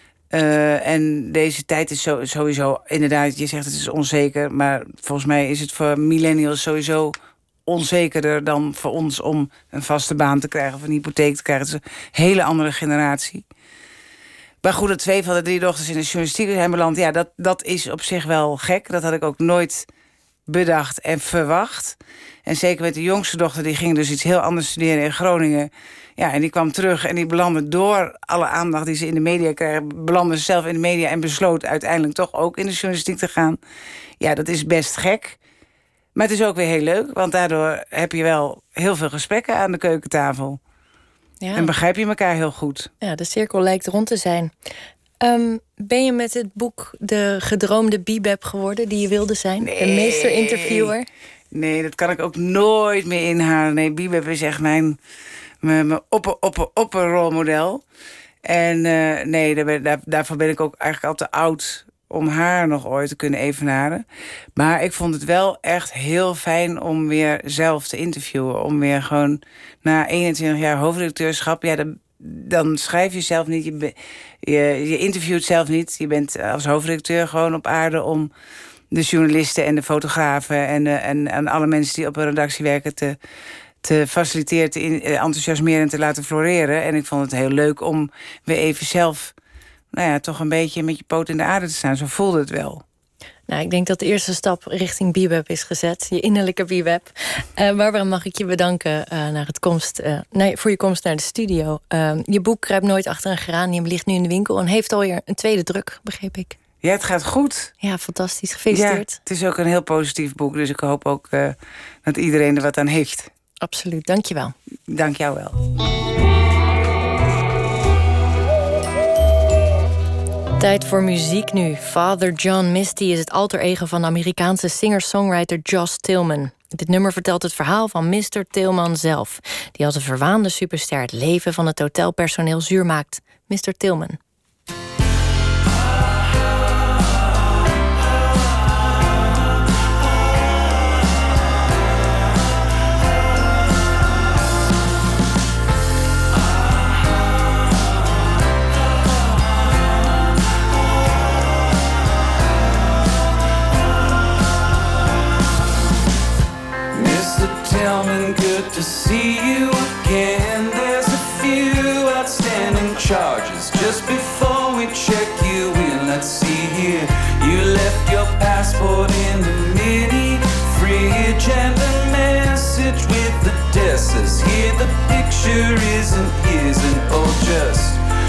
Uh, en deze tijd is zo, sowieso, inderdaad, je zegt het is onzeker, maar volgens mij is het voor millennials sowieso onzekerder dan voor ons om een vaste baan te krijgen of een hypotheek te krijgen. Het is een hele andere generatie. Maar goed, dat twee van de drie dochters in de journalistiek zijn beland, ja, dat, dat is op zich wel gek. Dat had ik ook nooit bedacht en verwacht. En zeker met de jongste dochter, die ging dus iets heel anders studeren in Groningen. Ja, en die kwam terug en die belandde door alle aandacht die ze in de media krijgen, belandde ze zelf in de media en besloot uiteindelijk toch ook in de journalistiek te gaan. Ja, dat is best gek. Maar het is ook weer heel leuk, want daardoor heb je wel heel veel gesprekken aan de keukentafel. Ja. En begrijp je elkaar heel goed. Ja, de cirkel lijkt rond te zijn. Um, ben je met het boek de gedroomde Bibeb geworden die je wilde zijn? Nee. De meester-interviewer? Nee, dat kan ik ook nooit meer inhalen. Nee, Bibeb is echt mijn, mijn, mijn opper, opper, opper rolmodel. En uh, nee, daar ben, daar, daarvoor ben ik ook eigenlijk al te oud om haar nog ooit te kunnen evenaren. Maar ik vond het wel echt heel fijn om weer zelf te interviewen. Om weer gewoon na eenentwintig jaar hoofdredacteurschap, ja, dan, dan schrijf je zelf niet. Je, je, je interviewt zelf niet. Je bent als hoofdredacteur gewoon op aarde om de journalisten en de fotografen en, de, en, en alle mensen die op een redactie werken te, te faciliteren, te in, enthousiasmeren en te laten floreren. En ik vond het heel leuk om weer even zelf, nou ja, toch een beetje met je poot in de aarde te staan. Zo voelde het wel. Nou, ik denk dat de eerste stap richting Bibeb is gezet. Je innerlijke Bibeb. Uh, Barbara, mag ik je bedanken uh, naar het komst, uh, nee, voor je komst naar de studio. Uh, je boek Kruipt nooit achter een geranium ligt nu in de winkel en heeft alweer een tweede druk, begreep ik. Ja, het gaat goed. Ja, fantastisch. Gefeliciteerd. Ja, het is ook een heel positief boek, dus ik hoop ook uh, dat iedereen er wat aan heeft. Absoluut, dank je wel. Dank jou wel. Tijd voor muziek nu. Father John Misty is het alter ego van de Amerikaanse singer-songwriter Josh Tillman. Dit nummer vertelt het verhaal van mister Tillman zelf, die als een verwaande superster het leven van het hotelpersoneel zuur maakt. mister Tillman. Tillman, good to see you again. There's a few outstanding charges. Just before we check you in, let's see here. You left your passport in the mini fridge and a message with the desk says here the picture isn't his and oh just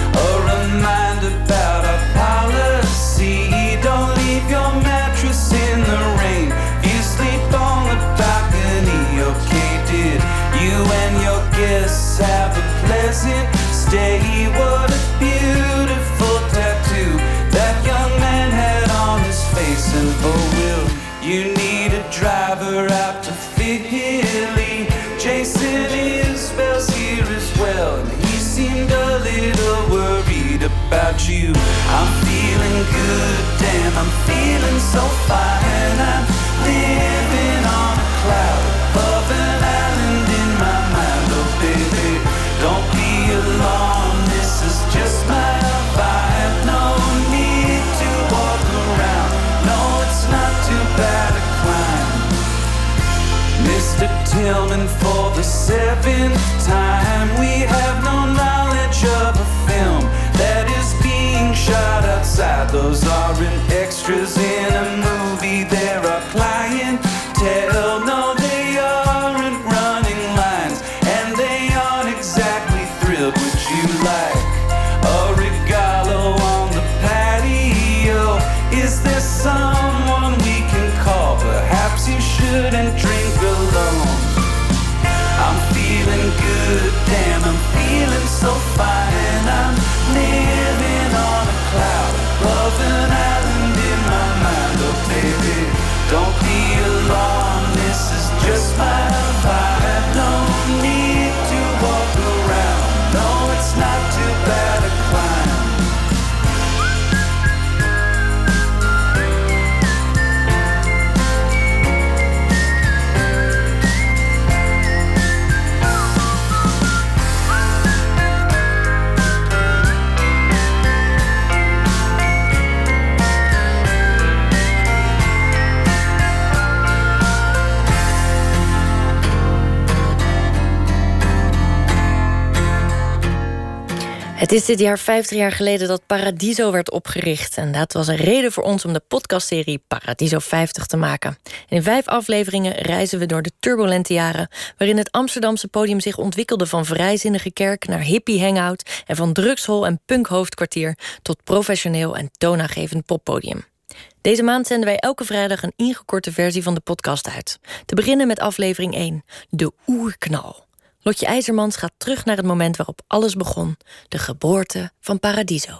A reminder about our policy. Don't leave your mattress in the rain. If you sleep on the balcony, okay, did you and your guests have a pleasant stay? What a beautiful tattoo that young man had on his face. And oh, will you need a driver out to Philly? Jason Isbell's here as well, and he seemed a little worried about you. I'm feeling good, damn, I'm feeling so fine. I'm living on a cloud above an island in my mind. Oh baby, don't be alarmed, this is just my vibe. No need to walk around, no, it's not too bad a climb. Mister Tillman, for the seventh time, we have no knowledge of a film that is being shot outside. Those aren't extras in a movie, they're a clientele. No, they aren't running lines, and they aren't exactly thrilled. Would you like a regalo on the patio? Is there someone we can call? Perhaps you shouldn't drink alone. I'm feeling good, damn, I'm feeling so fine. I'm living on a cloud above an island in my mind. Oh baby, don't be alarmed, this is just my vibe. No need to walk around, no, it's not too bad a climb. Het is dit jaar vijftig jaar geleden dat Paradiso werd opgericht. En dat was een reden voor ons om de podcastserie Paradiso vijftig te maken. En in vijf afleveringen reizen we door de turbulente jaren, waarin het Amsterdamse podium zich ontwikkelde van vrijzinnige kerk naar hippie hangout en van drugshol en punkhoofdkwartier tot professioneel en toonaangevend poppodium. Deze maand zenden wij elke vrijdag een ingekorte versie van de podcast uit. Te beginnen met aflevering één, de oerknal. Lotje IJzermans gaat terug naar het moment waarop alles begon. De geboorte van Paradiso.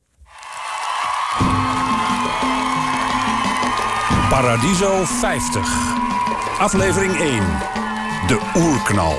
Paradiso vijftig. Aflevering één. De oerknal.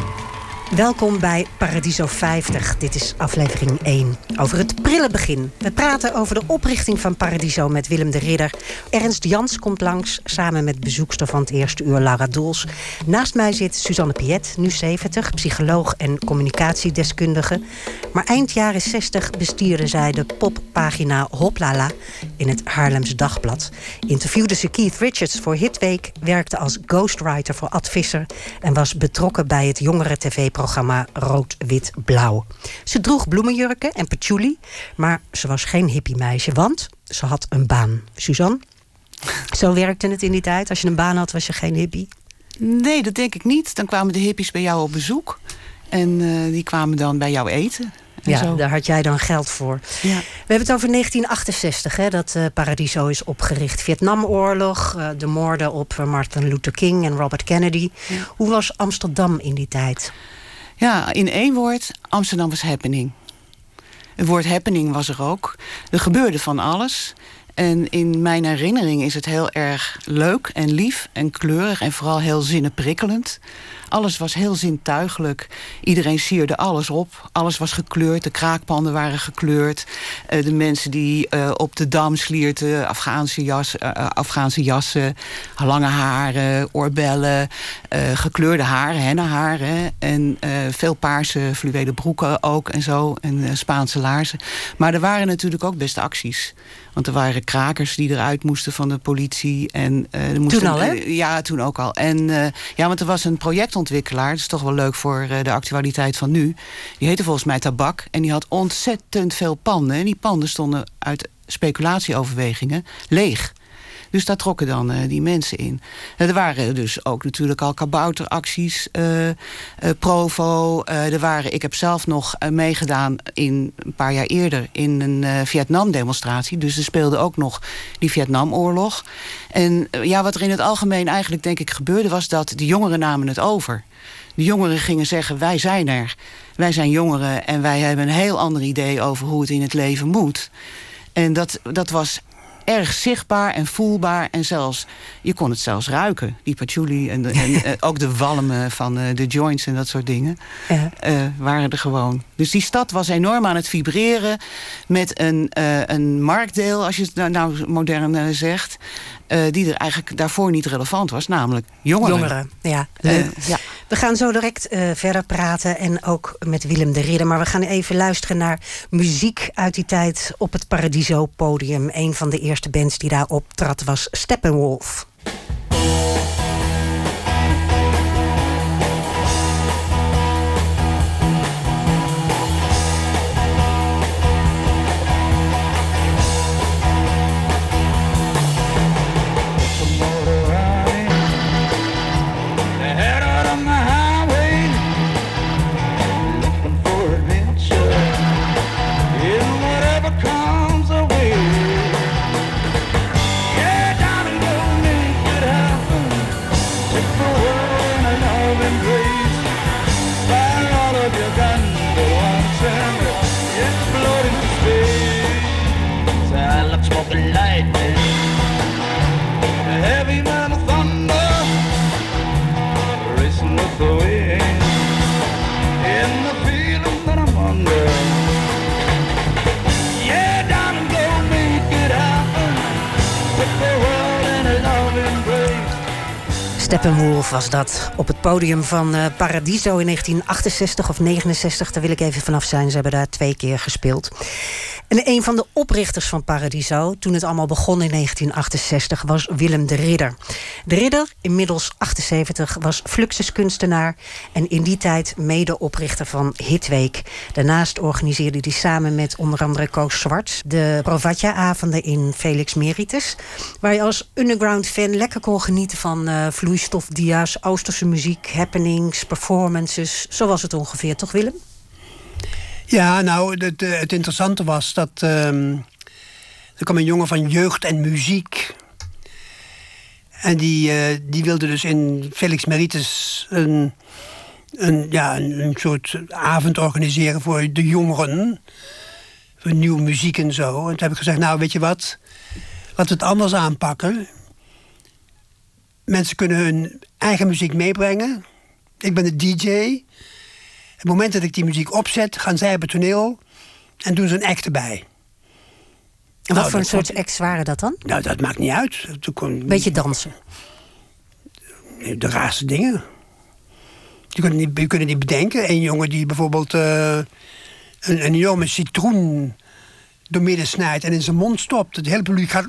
Welkom bij Paradiso vijftig. Dit is aflevering één. Over het prille begin. We praten over de oprichting van Paradiso met Willem de Ridder. Ernst Jans komt langs, samen met bezoekster van het eerste uur Laura Doels. Naast mij zit Suzanne Piet, nu zeventig, psycholoog en communicatiedeskundige. Maar eind jaren zestig bestierde zij de poppagina Hoplala in het Haarlems Dagblad. Interviewde ze Keith Richards voor Hitweek, werkte als ghostwriter voor Ad Visser en was betrokken bij het jongere tv-programma programma Rood, Wit, Blauw. Ze droeg bloemenjurken en patchouli, maar ze was geen hippiemeisje, want ze had een baan. Suzanne, zo werkte het in die tijd. Als je een baan had, was je geen hippie? Nee, dat denk ik niet. Dan kwamen de hippies bij jou op bezoek. En uh, die kwamen dan bij jou eten. En ja, zo. Daar had jij dan geld voor. Ja. We hebben het over negentien achtenzestig, hè, dat uh, Paradiso is opgericht. Vietnamoorlog, uh, de moorden op uh, Martin Luther King en Robert Kennedy. Ja. Hoe was Amsterdam in die tijd? Ja, in één woord, Amsterdam was happening. Het woord happening was er ook. Er gebeurde van alles. En in mijn herinnering is het heel erg leuk en lief en kleurig en vooral heel zinnenprikkelend. Alles was heel zintuigelijk. Iedereen sierde alles op. Alles was gekleurd. De kraakpanden waren gekleurd. Uh, de mensen die uh, op de Dam slierten. Afghaanse, jas, uh, Afghaanse jassen. Lange haren, oorbellen. Uh, gekleurde haren, hennenharen. En uh, veel paarse fluwelen broeken ook en zo. En uh, Spaanse laarzen. Maar er waren natuurlijk ook best acties. Want er waren krakers die eruit moesten van de politie. En, uh, er moesten, toen al, hè? Uh, ja, toen ook al. En uh, ja, want er was een projectontwikkelaar. Dat is toch wel leuk voor uh, de actualiteit van nu. Die heette volgens mij Tabak. En die had ontzettend veel panden. En die panden stonden uit speculatieoverwegingen leeg. Dus daar trokken dan uh, die mensen in. Uh, er waren dus ook natuurlijk al kabouteracties, uh, uh, Provo. Uh, er waren, ik heb zelf nog uh, meegedaan in, een paar jaar eerder in een uh, Vietnam-demonstratie. Dus er speelde ook nog die Vietnamoorlog. En uh, ja, wat er in het algemeen eigenlijk denk ik gebeurde, was dat de jongeren namen het over. De jongeren gingen zeggen, wij zijn er. Wij zijn jongeren en wij hebben een heel ander idee over hoe het in het leven moet. En dat, dat was erg zichtbaar en voelbaar. En zelfs, je kon het zelfs ruiken. Die patchouli en, de, en uh, ook de walmen van uh, de joints en dat soort dingen. Ja. Uh, waren er gewoon. Dus die stad was enorm aan het vibreren met een, uh, een marktdeel, als je het nou, nou modern uh, zegt. Uh, die er eigenlijk daarvoor niet relevant was, namelijk jongeren. Jongeren, ja. Uh, ja. We gaan zo direct uh, verder praten en ook met Willem de Ridder. Maar we gaan even luisteren naar muziek uit die tijd op het Paradiso-podium. Een van de eerste bands die daar optrad was Steppenwolf. Steppenwolf was dat op het podium van uh, Paradiso in negentien achtenzestig of negenenzestig. Daar wil ik even vanaf zijn. Ze hebben daar twee keer gespeeld. En een van de oprichters van Paradiso, toen het allemaal begon in negentien achtenzestig, was Willem de Ridder. De Ridder, inmiddels achtenzeventig, was fluxuskunstenaar en in die tijd medeoprichter van Hitweek. Daarnaast organiseerde hij samen met onder andere Koos Zwarts de Provatja-avonden in Felix Meritus, waar je als underground-fan lekker kon genieten van uh, vloeistofdia's, Oosterse muziek, happenings, performances. Zo was het ongeveer, toch Willem? Ja, nou, het, het interessante was dat um, er kwam een jongen van jeugd en muziek. En die, uh, die wilde dus in Felix Meritus een, een, ja, een, een soort avond organiseren voor de jongeren. Voor nieuwe muziek en zo. En toen heb ik gezegd, nou, weet je wat? Laten we het anders aanpakken. Mensen kunnen hun eigen muziek meebrengen. Ik ben de D J. Op het moment dat ik die muziek opzet, gaan zij op het toneel en doen ze een act erbij. En wat nou, voor een soort acts waren dat dan? Nou, dat maakt niet uit. Beetje dansen? De raarste dingen. Je kunt niet, je kunt het niet bedenken. Een jongen die bijvoorbeeld uh, een, een enorme citroen doormidden snijdt en in zijn mond stopt. Het hele publiek gaat...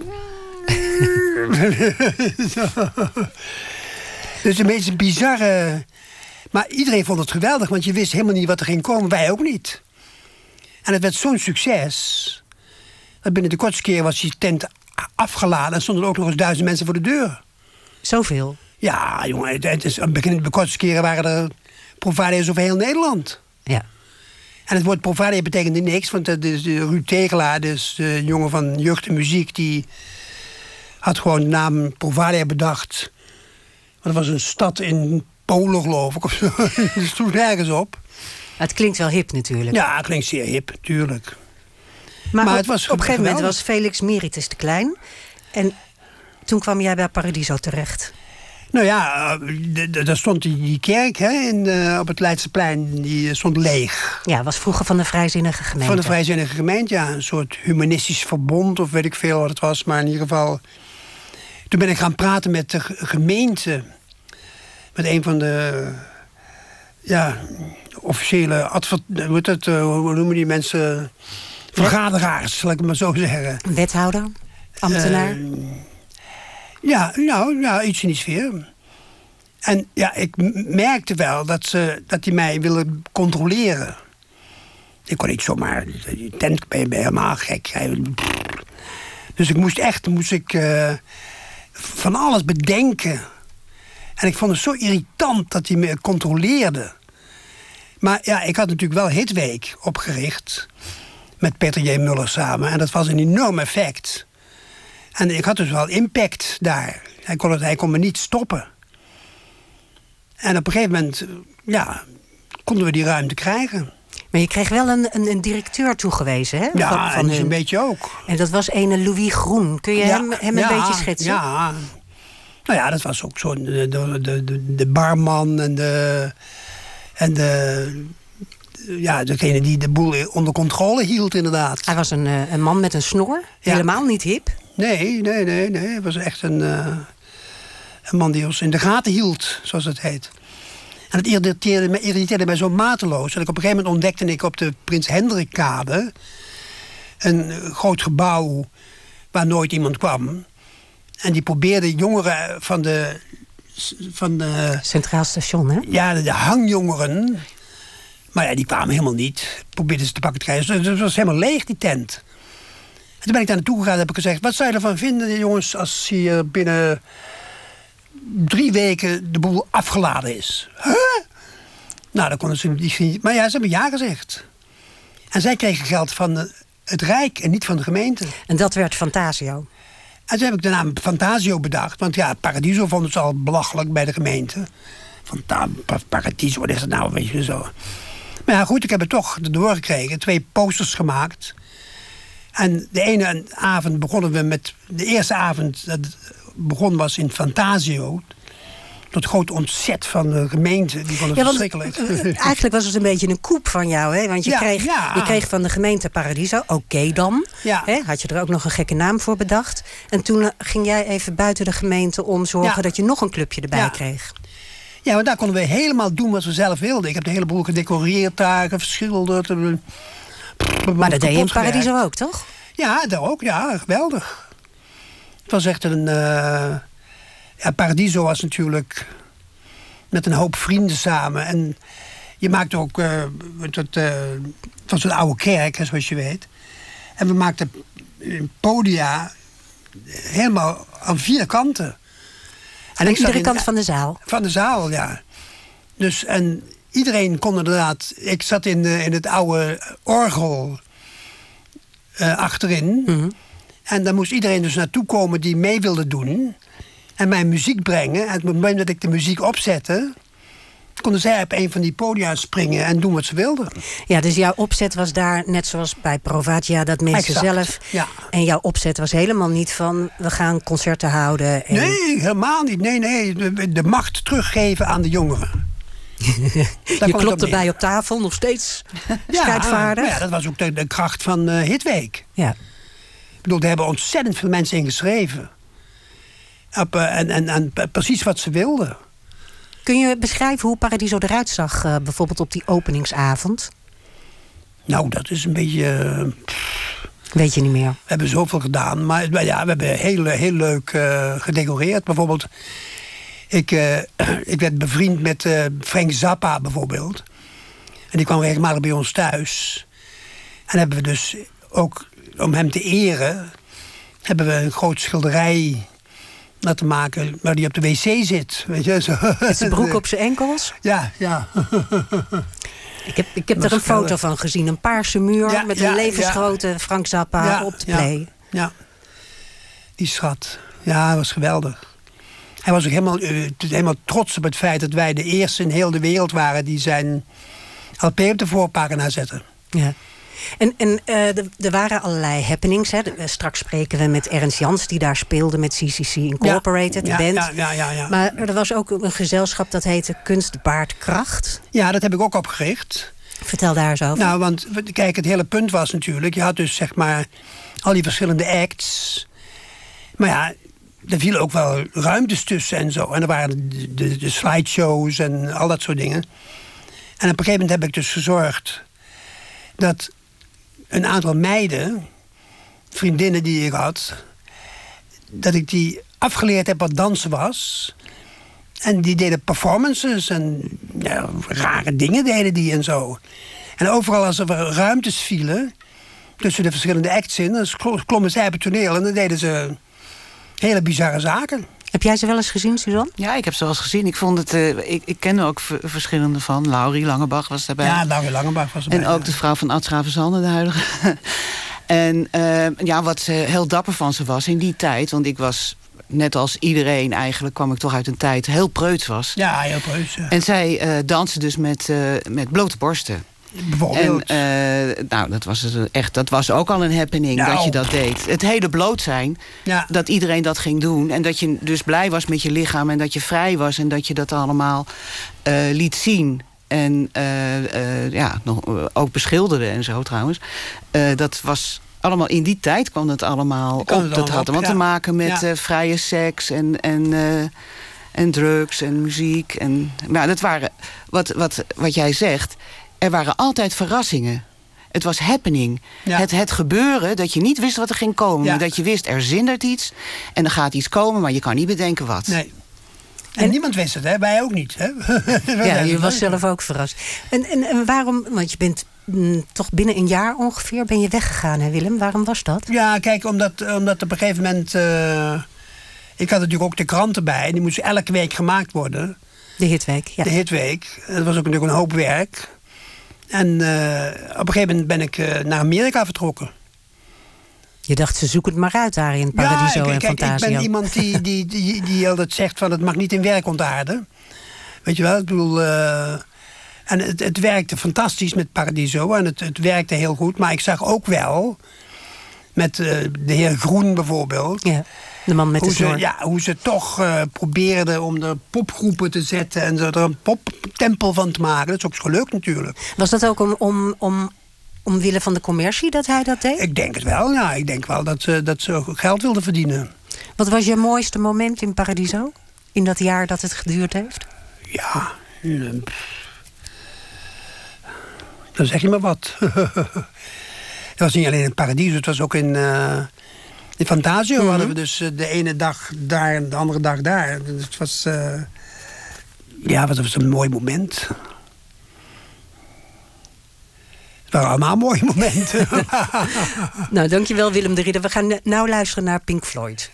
Dus de meest bizarre... Maar iedereen vond het geweldig, want je wist helemaal niet wat er ging komen. Wij ook niet. En het werd zo'n succes. Dat binnen de kortste keer was die tent afgeladen en stonden er ook nog eens duizend mensen voor de deur. Zoveel? Ja, jongen. Het is, begin de kortste keren waren er provadiërs over heel Nederland. Ja. En het woord provadiër betekende niks, want dat is de Ruud Tegelaar, dus de jongen van jeugd en muziek, die had gewoon de naam Provadiër bedacht. Want dat was een stad in Polen, geloof ik, of zo. Dat stond nergens op. Het klinkt wel hip natuurlijk. Ja, het klinkt zeer hip, tuurlijk. Maar, maar op, het was op een gegeven moment was Felix Meritus te klein. En toen kwam jij bij Paradiso terecht. Nou ja, daar stond die, die kerk hè, in, uh, op het Leidseplein, die stond leeg. Ja, was vroeger van de Vrijzinnige Gemeente. Van de Vrijzinnige Gemeente, ja. Een soort humanistisch verbond, of weet ik veel wat het was. Maar in ieder geval... Toen ben ik gaan praten met de gemeente. Met een van de... Ja, officiële... Adver, hoe, het, uh, hoe noemen die mensen... Vergaderaars, zal ik het maar zo zeggen. Wethouder? Ambtenaar? Uh, ja, nou, ja, iets in die sfeer. En ja, ik merkte wel dat ze dat die mij willen controleren. Ik kon niet zomaar... Die tent ben je helemaal gek. Dus ik moest echt... Moest ik, uh, van alles bedenken. En ik vond het zo irritant dat hij me controleerde. Maar ja, ik had natuurlijk wel Hitweek opgericht. Met Peter J. Muller samen. En dat was een enorm effect. En ik had dus wel impact daar. Hij kon, het, hij kon me niet stoppen. En op een gegeven moment, ja, konden we die ruimte krijgen. Maar je kreeg wel een, een, een directeur toegewezen, hè? Ja, van, van en hun. een beetje ook. En dat was ene Louis Groen. Kun je Ja, hem, hem ja, een beetje schetsen? Ja. Nou ja, dat was ook zo de, de, de, de barman en de... En de... Ja, degene die de boel onder controle hield, inderdaad. Hij was een, uh, een man met een snor. Ja. Helemaal niet hip. Nee, nee, nee, nee. Hij was echt een, uh, een man die ons in de gaten hield, zoals het heet. En het irriteerde me, irriteerde mij zo mateloos. Dat ik op een gegeven moment ontdekte ik op de Prins Hendrikkade een groot gebouw waar nooit iemand kwam. En die probeerde jongeren van de... Van de Centraal Station, hè? Ja, de, de hangjongeren. Maar ja, die kwamen helemaal niet. Probeerden ze te pakken te krijgen. Dus het was helemaal leeg, die tent. En toen ben ik daar naartoe gegaan en heb ik gezegd... wat zou je ervan vinden, jongens, als hier binnen drie weken de boel afgeladen is? Huh? Nou, dan konden ze niet... Maar ja, ze hebben ja gezegd. En zij kregen geld van het Rijk en niet van de gemeente. En dat werd Fantasio. En toen heb ik de naam Fantasio bedacht. Want ja, Paradiso vonden ze al belachelijk bij de gemeente. Fanta Paradiso, wat is dat nou, weet je zo. Maar ja, goed, ik heb het toch erdoor gekregen. Twee posters gemaakt. En de ene avond begonnen we met... De eerste avond dat het begon was in Fantasio. Tot groot ontzet van de gemeente. Die vonden het Ja, verschrikkelijk. Want, eigenlijk was het een beetje een coup van jou, hè? Want je, Ja, kreeg, ja. je kreeg van de gemeente Paradiso, oké okay dan. Ja. Hè? Had je er ook nog een gekke naam voor bedacht. En toen ging jij even buiten de gemeente om zorgen Ja. dat je nog een clubje erbij Ja. kreeg. Ja, want daar konden we helemaal doen wat we zelf wilden. Ik heb de hele boel gedecoreerd daar, geschilderd. Maar dat deed je in Paradiso ook, toch? Ja, daar ook. Ja, geweldig. Het was echt een... Uh... Ja, Paradiso was natuurlijk met een hoop vrienden samen. En je maakte ook... Uh, het, uh, het was een oude kerk, hè, zoals je weet. En we maakten podia helemaal aan vier kanten. En ik iedere kant van de zaal? Van de zaal, ja. Dus, en iedereen kon inderdaad... Ik zat in, uh, in het oude orgel uh, achterin. Mm-hmm. En daar moest iedereen dus naartoe komen die mee wilde doen. En mijn muziek brengen. En op het moment dat ik de muziek opzette... konden zij op een van die podia springen en doen wat ze wilden. Ja, dus jouw opzet was daar, net zoals bij Provatia, dat mensen exact, zelf... Ja. En jouw opzet was helemaal niet van, we gaan concerten houden. En... Nee, helemaal niet. Nee, nee, de, de macht teruggeven aan de jongeren. Je klopt erbij op tafel, nog steeds ja, strijdvaardig. Ja, dat was ook de, de kracht van uh, Hitweek. Ja. Ik bedoel, daar hebben ontzettend veel mensen in geschreven. Op, uh, en, en, en precies wat ze wilden. Kun je beschrijven hoe Paradiso eruit zag, uh, bijvoorbeeld op die openingsavond? Nou, dat is een beetje... Uh, Weet je niet meer? We hebben zoveel gedaan, maar ja, we hebben heel, heel leuk uh, gedecoreerd. Bijvoorbeeld, ik, uh, ik werd bevriend met uh, Frank Zappa bijvoorbeeld. En die kwam regelmatig bij ons thuis. En hebben we dus ook, om hem te eren... hebben we een groot schilderij... laten maken waar hij op de wc zit. Weet je, zo. Met zijn broek op zijn enkels? Ja, ja. Ik heb, ik heb er een foto van gezien. Een paarse muur ja, met ja, een levensgrote ja. Frank Zappa ja, op de play. Ja, ja, die schat. Ja, dat was geweldig. Hij was ook helemaal, uh, helemaal trots op het feit dat wij de eerste in heel de wereld waren... die zijn L P op de voorpagina zetten. Ja. En, en uh, er waren allerlei happenings. Hè. Straks spreken we met Ernst Jans, die daar speelde met C C C Incorporated, ja, de ja, band. Ja, ja, ja, ja. Maar er was ook een gezelschap dat heette Kunst Baart Kracht. Ja, dat heb ik ook opgericht. Vertel daar eens over. Nou, want kijk, het hele punt was natuurlijk... je had dus zeg maar al die verschillende acts. Maar ja, er vielen ook wel ruimtes tussen en zo. En er waren de, de, de slideshows en al dat soort dingen. En op een gegeven moment heb ik dus gezorgd... dat een aantal meiden, vriendinnen die ik had... dat ik die afgeleerd heb wat dansen was. En die deden performances en ja, rare dingen deden die en zo. En overal als er ruimtes vielen... tussen de verschillende acts in... dan klommen zij op het toneel en dan deden ze hele bizarre zaken. Heb jij ze wel eens gezien, Suzanne? Ja, ik heb ze wel eens gezien. Ik vond het, uh, ik, ik ken er ook v- verschillende van. Laurie Langebach was daarbij. Ja, Laurie Langebach was erbij. En ook ja. de vrouw van Ad Schravenzande, de huidige. En uh, ja, wat uh, heel dapper van ze was in die tijd... want ik was, net als iedereen eigenlijk... kwam ik toch uit een tijd heel preuts was. Ja, heel preuts. Ja. En zij uh, danste dus met, uh, met blote borsten. Bijvoorbeeld. En uh, nou, dat was, het echt, dat was ook al een happening Nou. dat je dat deed. Het hele bloot zijn, Ja. dat iedereen dat ging doen. En dat je dus blij was met je lichaam en dat je vrij was... en dat je dat allemaal uh, liet zien. En uh, uh, ja, nog, uh, ook beschilderde en zo trouwens. Uh, dat was allemaal, in die tijd kwam het allemaal op. Kwam het Dat allemaal had op, allemaal ja. te maken met Ja. uh, vrije seks en... en uh, en drugs en muziek. En, nou, dat waren, wat, wat, wat jij zegt, er waren altijd verrassingen. Het was happening. Ja. Het, het gebeuren, dat je niet wist wat er ging komen. Ja. Maar dat je wist, er zindert iets. En er gaat iets komen, maar je kan niet bedenken wat. Nee. En, en niemand wist het, hè? Wij ook niet. Hè? Ja, je was zelf ook verrast. En, en, en waarom, want je bent mm, toch binnen een jaar ongeveer ben je weggegaan, hè Willem? Waarom was dat? Ja, kijk, omdat, omdat op een gegeven moment... Uh, ik had natuurlijk ook de kranten bij. Die moesten elke week gemaakt worden. De Hitweek, ja. De Hitweek. Dat was ook natuurlijk een hoop werk. En uh, op een gegeven moment ben ik uh, naar Amerika vertrokken. Je dacht, ze zoeken het maar uit daar in Paradiso ja, en kijk, Fantasio. Ik ben iemand die, die, die, die altijd zegt van het mag niet in werk ontaarden. Weet je wel, ik bedoel... Uh, en het, het werkte fantastisch met Paradiso. En het, het werkte heel goed. Maar ik zag ook wel... met uh, de heer Groen bijvoorbeeld... Ja, de man met hoe de snor. Ze, ja, hoe ze toch uh, probeerden om er popgroepen te zetten... en er een poptempel van te maken. Dat is ook gelukt natuurlijk. Was dat ook om... om, om omwille van de commercie dat hij dat deed? Ik denk het wel, ja. Ik denk wel dat ze, dat ze geld wilden verdienen. Wat was je mooiste moment in Paradiso? In dat jaar dat het geduurd heeft? Ja, dan zeg je maar wat. Het was niet alleen in Paradiso, het was ook in, uh, in Fantasio. Mm-hmm. Hadden we dus uh, de ene dag daar en de andere dag daar. Het was, uh, ja, het was een mooi moment. Het waren allemaal mooie momenten. Nou, dankjewel Willem de Ridder. We gaan nou luisteren naar Pink Floyd.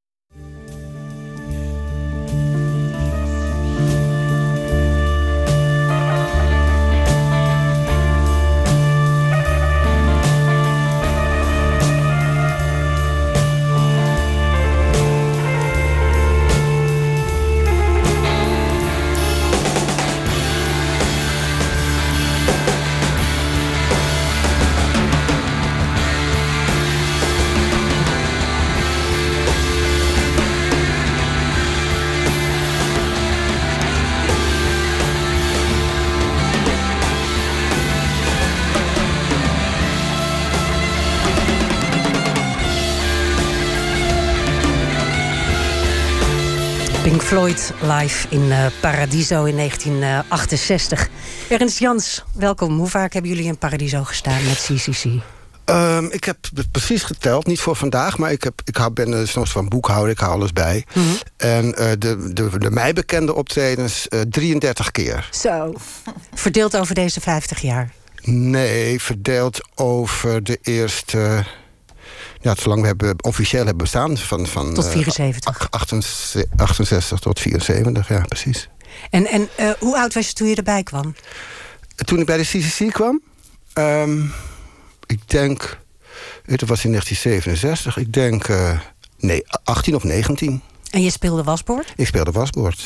Pink Floyd live in uh, Paradiso in negentien achtenzestig. Ernst Jans, welkom. Hoe vaak hebben jullie in Paradiso gestaan met C C C? Um, ik heb het precies geteld, niet voor vandaag... maar ik, heb, ik hou, ben uh, soms van boekhouden, ik hou alles bij. Mm-hmm. En uh, de, de, de mij bekende optredens uh, drieëndertig keer. Zo. Verdeeld over deze vijftig jaar? Nee, verdeeld over de eerste... Ja, zolang we hebben, officieel hebben bestaan. Van, van, tot vierenzeventig. Uh, achtenzestig tot vierenzeventig, ja, precies. En, en uh, hoe oud was je toen je erbij kwam? Toen ik bij de C C C kwam? Um, ik denk... Het was in negentien zevenenzestig. Ik denk... Uh, nee, achttien of negentien. En je speelde wasboord? Ik speelde wasboord.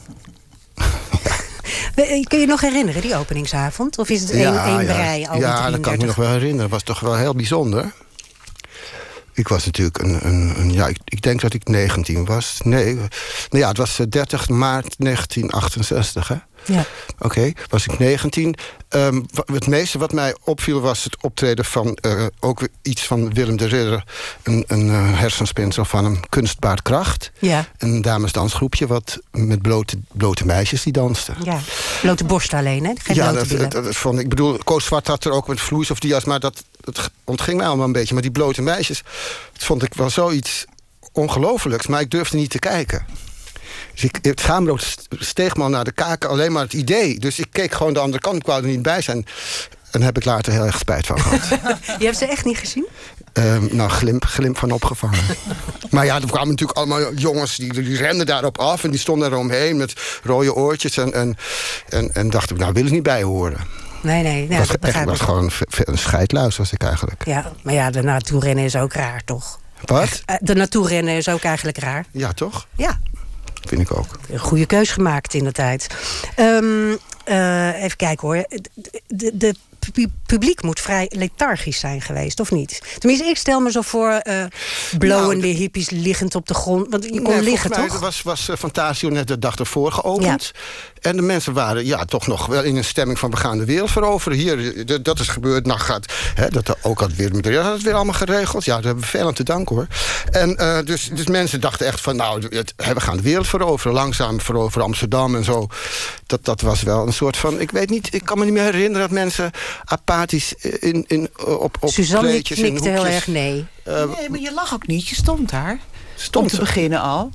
Kun je nog herinneren, die openingsavond? Of is het één ja, brei? Ja, ja dat kan ik me nog wel herinneren. Dat was toch wel heel bijzonder. Ik was natuurlijk een... een, een ja, ik, ik denk dat ik negentien was. Nee, nou ja, het was dertig maart negentien achtenzestig, hè? Ja. Oké, okay, was ik negentien. Um, het meeste wat mij opviel was het optreden van... Uh, ook iets van Willem de Ridder. Een, een uh, hersenspinsel van een kunstbaardkracht. Ja. Een damesdansgroepje wat met blote, blote meisjes die dansten. Ja, blote borst alleen, hè? Geen ja, blote dat, dat, dat vond ik. Ik bedoel, Koos Zwart had er ook met vloeistof dias, maar dat, dat ontging mij allemaal een beetje. Maar die blote meisjes, dat vond ik wel zoiets ongelooflijks. Maar ik durfde niet te kijken. Dus ik, het schaamrood steeg me al naar de kaken, alleen maar het idee. Dus ik keek gewoon de andere kant, ik wou er niet bij zijn. En daar heb ik later heel erg spijt van gehad. Je hebt ze echt niet gezien? Um, nou, glimp, glimp van opgevangen. Maar ja, er kwamen natuurlijk allemaal jongens... die, die renden daarop af en die stonden eromheen... met rode oortjes en, en, en, en dacht ik, nou, wil ik niet bij horen. Nee, nee. Nou, was, dat begrijp ik was ik. gewoon een, een scheidluis, was ik eigenlijk. Ja, maar ja, de naartoe-rennen is ook raar, toch? Wat? De naartoe-rennen is ook eigenlijk raar. Ja, toch? Ja. Vind ik ook. Een goede keus gemaakt in de tijd. Um, uh, even kijken hoor. De, de, de pu- publiek moet vrij lethargisch zijn geweest, of niet? Tenminste, ik stel me zo voor... Uh, blowende nou, hippies liggend op de grond. Want je kon nee, liggen, mij toch? was, was uh, Fantasio net de dag ervoor geopend. Ja. En de mensen waren ja, toch nog wel in een stemming van... we gaan de wereld veroveren. Hier, de, dat is gebeurd. Nou gaat, hè, dat ook had weer, ja, dat het weer allemaal geregeld. Ja, daar hebben we veel aan te danken, hoor. En uh, dus, dus mensen dachten echt van... nou, het, hè, we gaan de wereld veroveren. Langzaam veroveren Amsterdam en zo. Dat, dat was wel een soort van... ik weet niet, ik kan me niet meer herinneren... dat mensen apathisch in, in, op, op Suzanne kleedjes en knikte heel erg nee. Uh, nee, maar je lag ook niet. Je stond daar. Stond om te beginnen al.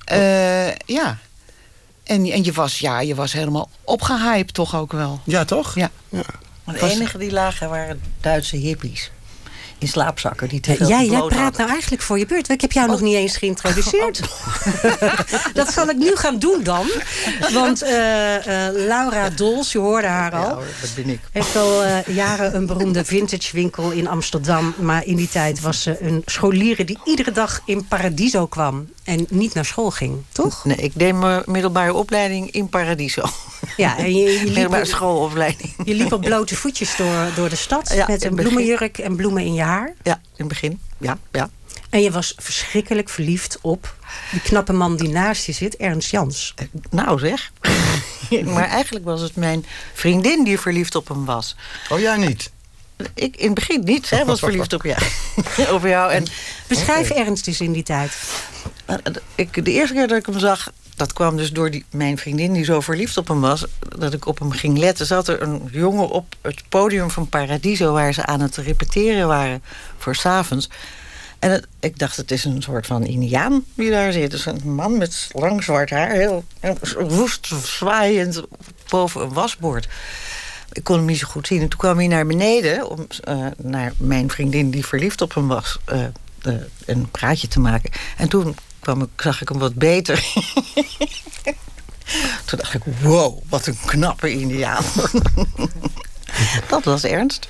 Uh, ja. En, en je, was, ja, je was helemaal opgehyped toch ook wel. Ja, toch? Ja. ja. Maar de enige die lagen waren Duitse hippies. In slaapzakken die te veel ja, jij gebloot praat hadden. nou eigenlijk voor je beurt. Ik heb jou oh. nog niet eens geïntroduceerd. Oh. Dat zal ik nu gaan doen dan. Want uh, uh, Laura Dols, je hoorde haar al. Ja, hoor, dat ben ik. Heeft al uh, jaren een beroemde vintage winkel in Amsterdam. Maar in die tijd was ze een scholiere die iedere dag in Paradiso kwam. En niet naar school ging, toch? Nee, ik deed mijn middelbare opleiding in Paradiso. Ja, en je, je liep middelbare schoolopleiding. Je liep op blote voetjes door, door de stad. Ja, met een bloemenjurk en bloemen in je haar. Ja, in het begin. Ja, ja. En je was verschrikkelijk verliefd op die knappe man die naast je zit, Ernst Jans. Nou zeg. Maar eigenlijk was het mijn vriendin die verliefd op hem was. Oh, jij niet? Ik in het begin niet. Zij was verliefd op jou. op jou. En, Beschrijf okay. Ernst dus in die tijd. Ik, de eerste keer dat ik hem zag... dat kwam dus door die, mijn vriendin die zo verliefd op hem was... dat ik op hem ging letten. Zat er een jongen op het podium van Paradiso... waar ze aan het repeteren waren voor 's avonds. En het, ik dacht, het is een soort van Indiaan die daar zit. Dus een man met lang zwart haar. Heel, heel woest zwaaiend boven een wasbord. Ik kon hem niet zo goed zien. En toen kwam hij naar beneden... om uh, naar mijn vriendin die verliefd op hem was... Uh, uh, een praatje te maken. En toen kwam ik, zag ik hem wat beter. Toen dacht ik, wow, wat een knappe Indiaan. Dat was Ernst.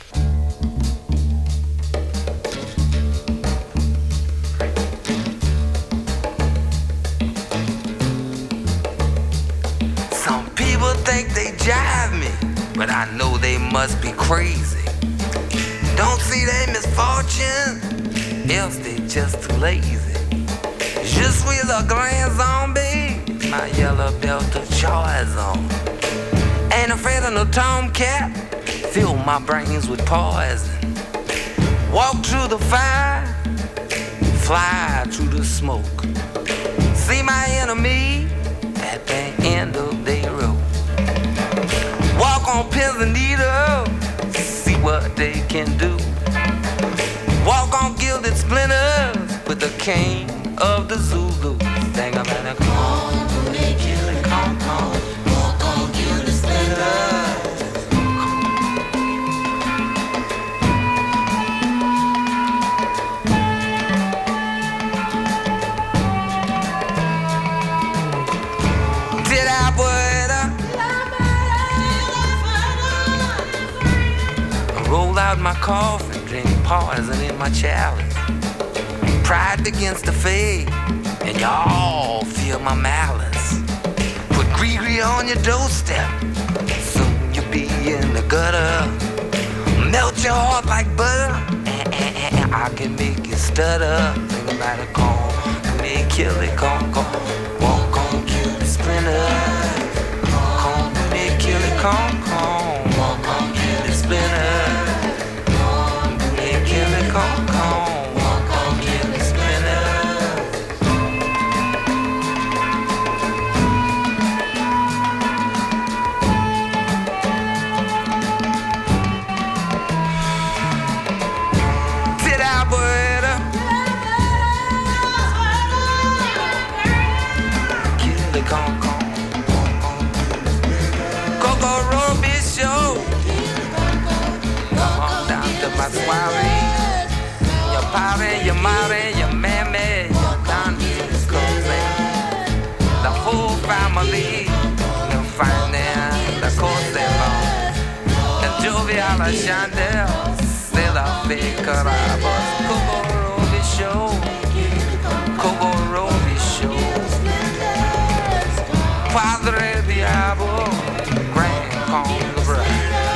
Some people think they jive me, but I know they must be crazy. Don't see their misfortune, else they just too lazy. Je suis le grand zombie, my yellow belt of choice on. Ain't afraid of no tomcat, fill my brains with poison. Walk through the fire, fly through the smoke. See my enemy at the end of their rope. Walk on pins and needles, see what they can do. Walk on gilded splinters with the king of the Zulu. Dang, I'm at a con, they kill a con con. Walk on gilded splinters. Did I put I rolled out my coffin, drink poison in my chalice. Pride against the fade, and y'all feel my malice. Put Gree-Gree on your doorstep, soon you'll be in the gutter. Melt your heart like butter, and, and, and, and I can make you stutter. Think about it, come, me kill it, come, come. Walk on, kill the splinter. Come, me kill it, come, come. Walk on, kill the splinter. Come, me kill it, come, come. my soiree. Your party, your mother, your mammy, your auntie, your cousin. The whole family, you'll find there the Costello. And Jovial Chandel, still a fake carabas. Coco Roby Show, Coco Roby Show. Padre Diablo, Grand Conde.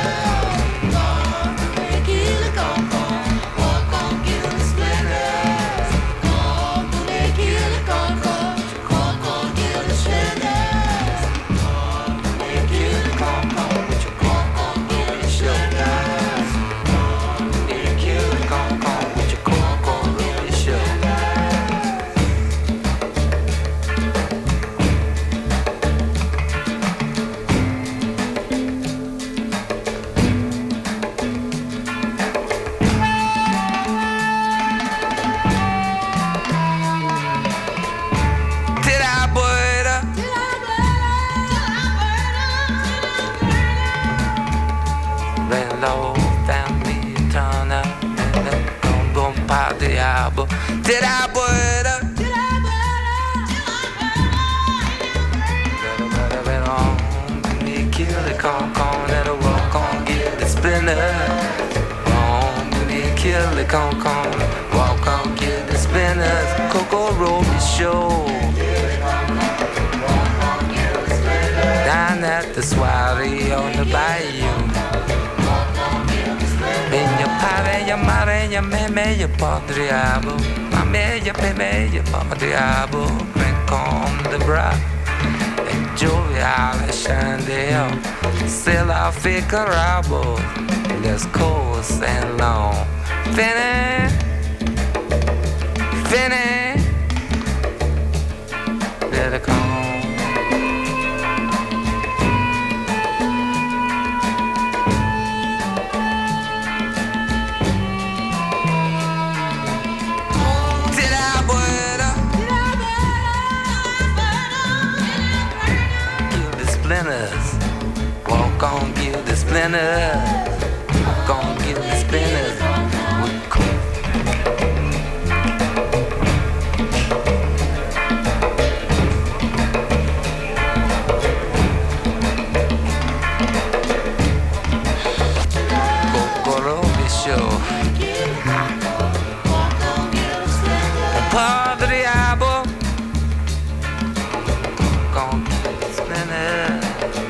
Diabo, did I put up? Did I put up? Me kill the con-con, let her walk on, get the spinner. Me kill the con-con, walk on, get the spinners. Coco Roby Show. Down at the soiree on the bayou. In your padre, your madre, your meme, your padriabo. Mame, your meme, your padriabo. Drink on the bra. And jovial chandelle. Still I figure rabo. Let's coast and long. Finny, Finny. Let it come. Walk on, give the splinters. Walk on, give the spinners. Coco Roby Show. Padre Diabo. Walk on, give the splinters.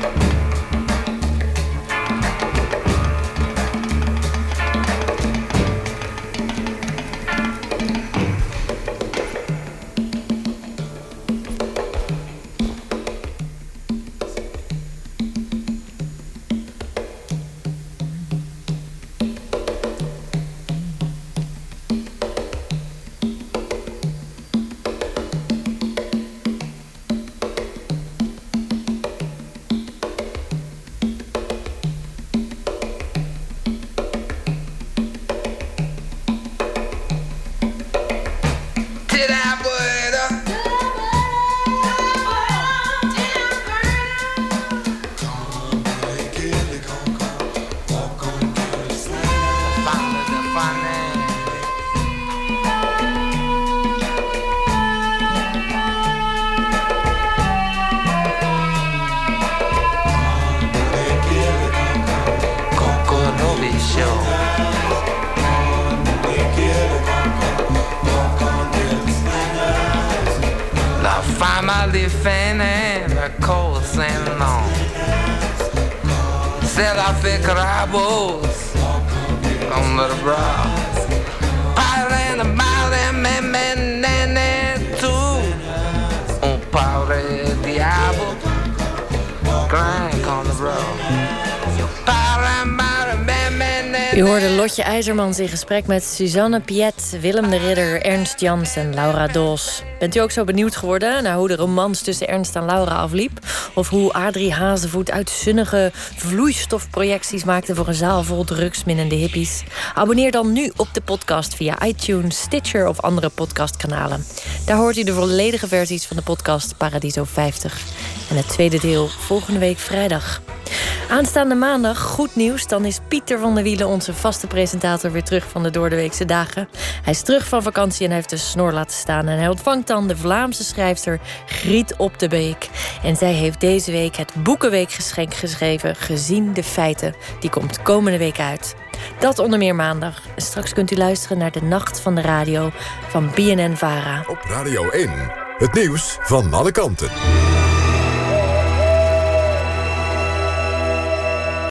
Family fanning the coast and long. Still I figure rabos on the brow. Piling the mile and men men and too. On Padre Diabo, grind on the road. U hoorde Lotje IJzermans in gesprek met Suzanne Piet, Willem de Ridder, Ernst Jans en Laura Dols. Bent u ook zo benieuwd geworden naar hoe de romans tussen Ernst en Laura afliep? Of hoe Adrie Hazevoet uitzinnige vloeistofprojecties maakte voor een zaal vol drugsminnende hippies? Abonneer dan nu op de podcast via iTunes, Stitcher of andere podcastkanalen. Daar hoort u de volledige versies van de podcast Paradiso vijftig. En het tweede deel volgende week vrijdag. Aanstaande maandag, goed nieuws, dan is Pieter van der Wielen, onze vaste presentator, weer terug van de doordeweekse dagen. Hij is terug van vakantie en hij heeft de snor laten staan. En hij ontvangt dan de Vlaamse schrijfster Griet Op de Beek. En zij heeft deze week het Boekenweekgeschenk geschreven, Gezien de Feiten. Die komt komende week uit. Dat onder meer maandag. Straks kunt u luisteren naar de Nacht van de Radio van B N N-Vara. Op Radio één, het nieuws van alle kanten.